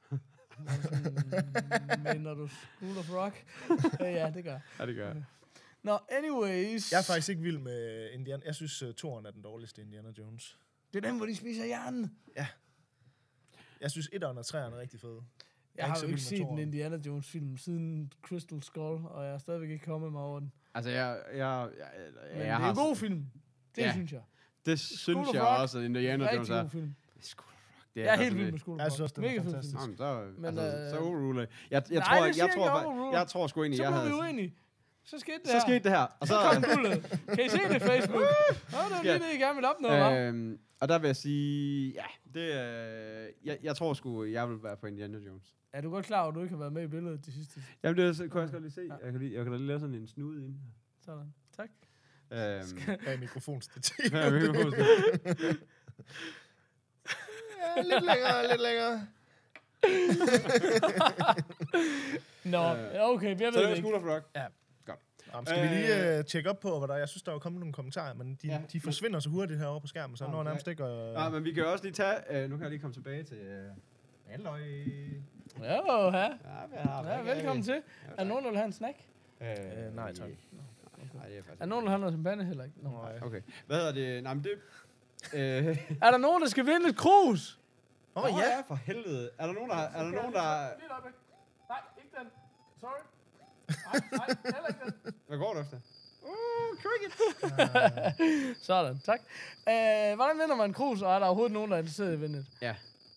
Mener du School of Rock? Ja, det gør. Ja, det gør jeg. Nå, anyways. Jeg er faktisk ikke vild med Indiana. Jeg synes, toren er den dårligste Indiana Jones. Det er den, hvor de spiser hjernen. Ja. Jeg synes, 1'eren og 3'eren er rigtig fede. Jeg har jo ikke set en Indiana Jones film siden Crystal Skull, og jeg er stadigvæk ikke kommet mig over den. Altså, Men det er en god film. Det synes jeg. Det synes jeg også, at Indiana Jones er. Film. School of Rock. Det jeg er helt vild med School of Rock. Jeg synes også, det er fantastisk. Så overruler jeg tror sgu egentlig, jeg havde... Så blev vi uenige. Så skete det her. Og så kom guldet. Kan I se det Facebook? Det er lige det, I gerne vil opnå, hva'? Og der vil jeg sige, jeg tror sgu, jeg vil være på Indiana Jones. Er du godt klar over, at du ikke har været med i billedet de sidste? Jamen, det kunne jeg godt lige se. Jeg kan da lige lave sådan en snude ind. Sådan. Tak. Ja, mikrofonstativ. Ja, lidt længere. Nå, okay, jeg ved det ikke. Så det er School of Rock? Ja. Godt. Skal vi lige tjekke op på, hvad der er? Jeg synes, der er kommet nogle kommentarer, men de forsvinder så hurtigt herovre på skærmen, så når nærmest ikke... Ja, men vi kan også lige tage... nu kan jeg lige komme tilbage til... Halløj. Ja, velkommen til. Er der nogen, der vil have en snack? Nej, tak. Er nogen, der har noget champagne heller ikke? Okay. Hvad hedder det? Nej, men det... Er der nogen, der skal vinde et krus? Ja, for helvede. Er der nogen, der... Nej, ikke den. Sorry. Nej, heller ikke den. Hvad går det efter? Cricket. Sådan, tak. Hvordan vinder man en krus, og er der overhovedet nogen, der er interesseret i at vinde det? Ja.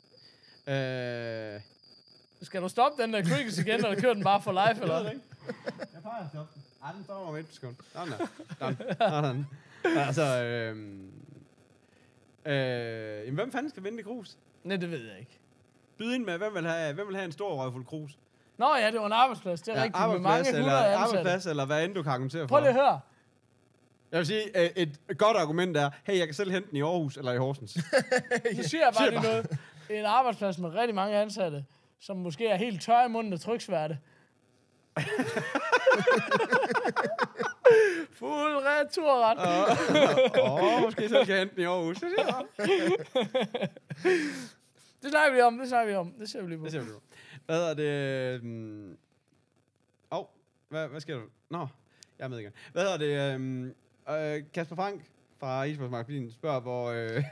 Skal du stoppe den der cricket igen, eller kører den bare for live, eller? Jeg plejer at stoppe den. Ej, den står om 1 sekund. Sådan. Altså, hvem fanden skal vinde det krus? Nej, det ved jeg ikke. Byd ind med, hvem vil have en stor røvfuld krus? Nå ja, det var en arbejdsplads. Det er rigtigt. Med mange 100 ansatte. Arbejdsplads, eller hvad end du kan argumentere for. Prøv lige at høre. Jeg vil sige, et godt argument er, hey, jeg kan selv hente den i Aarhus eller i Horsens. Nu siger jeg bare lige noget. En arbejdsplads med rigtig mange ansatte, som måske er helt tør i munden af tryksværte. Fuld returret. Måske så kan enten i Aarhus. Det snakker vi om. Det ser vi lige på. Hvad er det? Hvad sker der? Nå, jeg er med igen. Hvad er det? Kasper Frank fra Isborgsmarkedet spørger, hvor...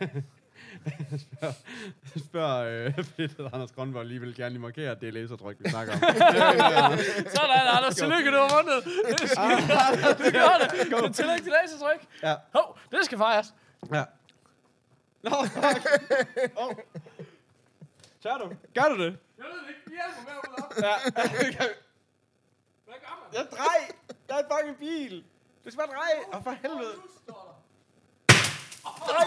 spørger Peter Anders Grønvold lige vil gerne lige markere, at det er lasertryk, vi snakker om. Sådan, Anders. Tillykke, du har vundet. Det gør det. Tillykke til lasertryk. Ja. Hov, det skal fejres. Ja. Nå, fuck. Tør du? Gør du det? Jeg ved det ikke. Hjælp mig med at åbne op. Ja. Hvad gør man? Jeg drej! Der er en fucking bil! Du skal bare dreje! Åh, for helvede! Drej!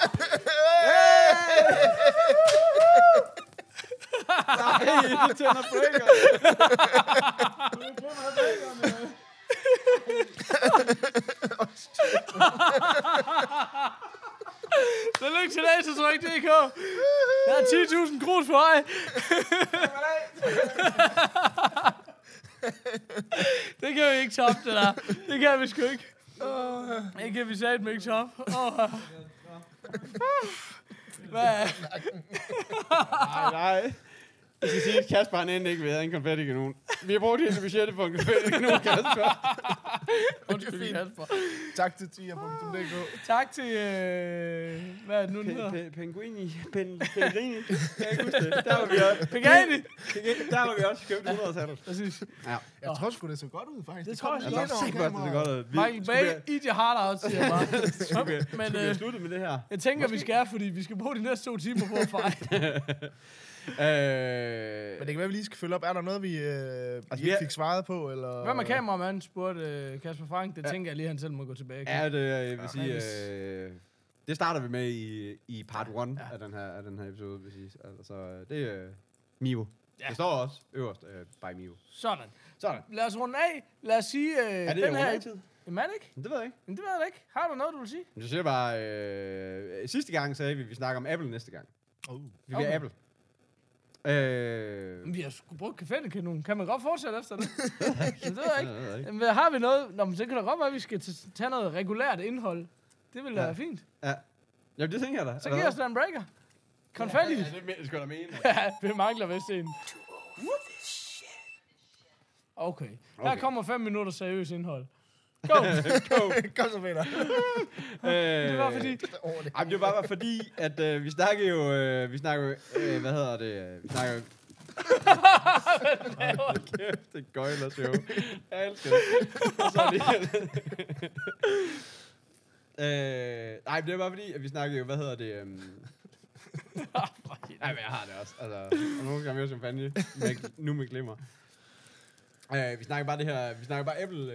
Nej, det tænder breaker! Tillykke til lasertryk.dk. Der er 10.000 krus for vej. Det kan vi ikke toppe, det der. Det kan vi sgu ikke. Det kan vi satme ikke toppe. Hvad? Nej. Jeg skal sige, at Kasper han endelig ikke ved at en konfettikanon. Vi har brugt hele budgettet på en konfettikanon, Kasper. Undskyld, Kasper. Tak til tia.dk. Tak til, hvad er det nu, den hedder? Penguini. Pellegrini. Jeg kan ikke huske det. Der var vi også. Pegani. Der var vi også købt 100-tallet. Præcis. Ja. Jeg tror sgu, det så godt ud, faktisk. Det tror jeg Jeg tror sikkert, det er godt ud. Michael Bay, eat your heart out, siger jeg bare. Men Skal vi slutte med det her? jeg tænker, vi skal, fordi vi skal bruge de næste 2 timer på at fejre. Men det kan være, vi lige skal følge op. Er der noget, vi ikke fik svaret på? Eller? Hvad med kameramanden spurgte Kasper Frank? Det tænker jeg lige, han selv må gå tilbage. Ja, det jeg vil sige... det starter vi med i part 1 af den her episode, vil sige. Altså, det er Mivo. Ja. Det står også øverst by Mivo. Sådan. Sådan. Lad os runde af. Lad os sige... Er det den her... tid? Jamen er det ikke? Det ved jeg ikke. Men det ved jeg da ikke. Har du noget, du vil sige? Jeg siger bare... sidste gang sagde vi snakker om Apple næste gang. Vi bliver Apple. Vi har sgu brugt kaffekanon. Kan man godt fortsætte efter det? Det ved jeg ikke. Jamen, har vi noget? Nå, men så kan det godt være, at vi skal tage noget regulært indhold. Det vil da være fint. Ja. Jamen, det tænker jeg da. Så giver os da en breaker. Konfetti. Ja, det skal jeg da mene. Ja, vi mangler vist en. Okay. Her kommer 5 minutter seriøst indhold. Go! Kom så, Peter. Det var fordi... Jamen, det var bare fordi, at vi snakker jo... hvad hedder det? Vi snakker jo... Kæft, det er gøjlershow. Jeg elsker det. Og så nej, det er bare fordi, at vi snakker jo... Hvad hedder det? Nej, men jeg har det også. Altså, og nogle gange mere champagne. Nu med glimmer. Vi snakker bare det her... Vi snakker bare Apple...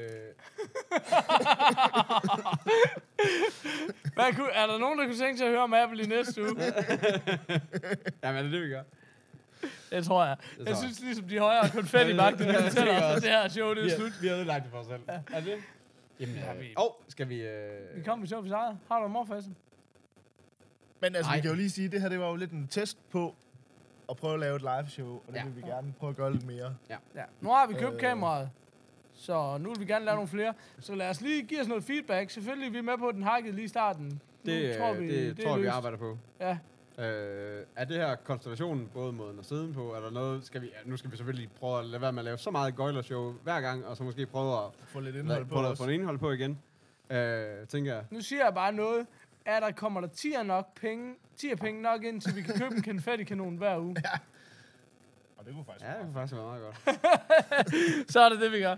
Er der nogen, der kunne tænke sig at høre om Apple i næste uge? Jamen, er det det, vi gør? Det tror jeg. Jeg synes ligesom, de højere konfetti-magte, det fortæller os, at det her show, det er slut. Vi har ødelagt det for os selv. Ja. Er det? Jamen, skal vi... Vi kommer vi så for sejret. Har du en morfasen? Men altså, vi kan jo lige sige, at det her det var jo lidt en test på at prøve at lave et live show, og det vil vi gerne prøve at gøre lidt mere. Ja. Nu har vi købt kameraet, så nu vil vi gerne lave nogle flere. Så lad os lige give os noget feedback. Selvfølgelig er vi med på den hakkede lige i starten. Det tror vi arbejder på. Ja. Er det her konstellationen både måden at sidde på, eller noget, nu skal vi selvfølgelig prøve at lade være med at lave så meget gøjlershow hver gang, og så måske prøve at få lidt indhold på få noget indhold på igen, tænker jeg. Nu siger jeg bare noget. Kommer der 10 penge nok ind, så vi kan købe en konfettikanon hver uge? Ja. Og det kunne faktisk være meget godt. Så er det, vi gør.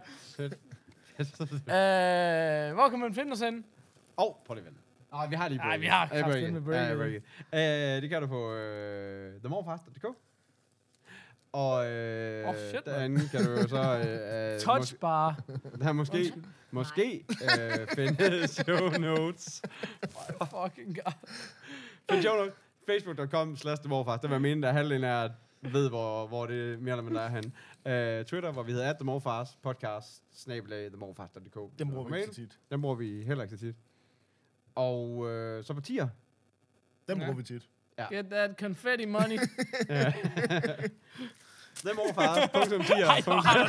Hvor kan man finde os henne? Prøv lige vent. Nej, vi har lige break. Nej, vi har kraften med break. Det kan du på themorefast.dk. Og derinde kan du jo så... Touchbar. Der måske finde show notes. Fucking god. Find show notes. Facebook.com/themorefast. Det var meningen, der halvdelen af ved, hvor det mere eller mindre er henne. Twitter, hvor vi hedder @themorefast, podcast, @themorefast.dk. Den bruger vi ikke så tit. Den bruger vi heller ikke så tit. Og så på tier. Den bruger vi tit. Ja. Get that confetti money. The Morfars. Ej,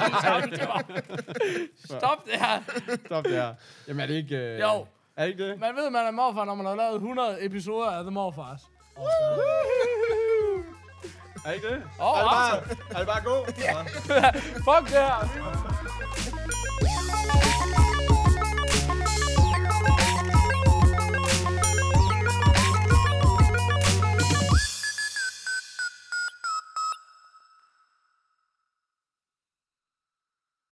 stop det her. Stop det her. Jamen er det ikke... Jo. Er det ikke det? Man ved, man er morfar, når man har lavet 100 episoder af The Morfars. Er det ikke det? Er det bare god? Fuck det her.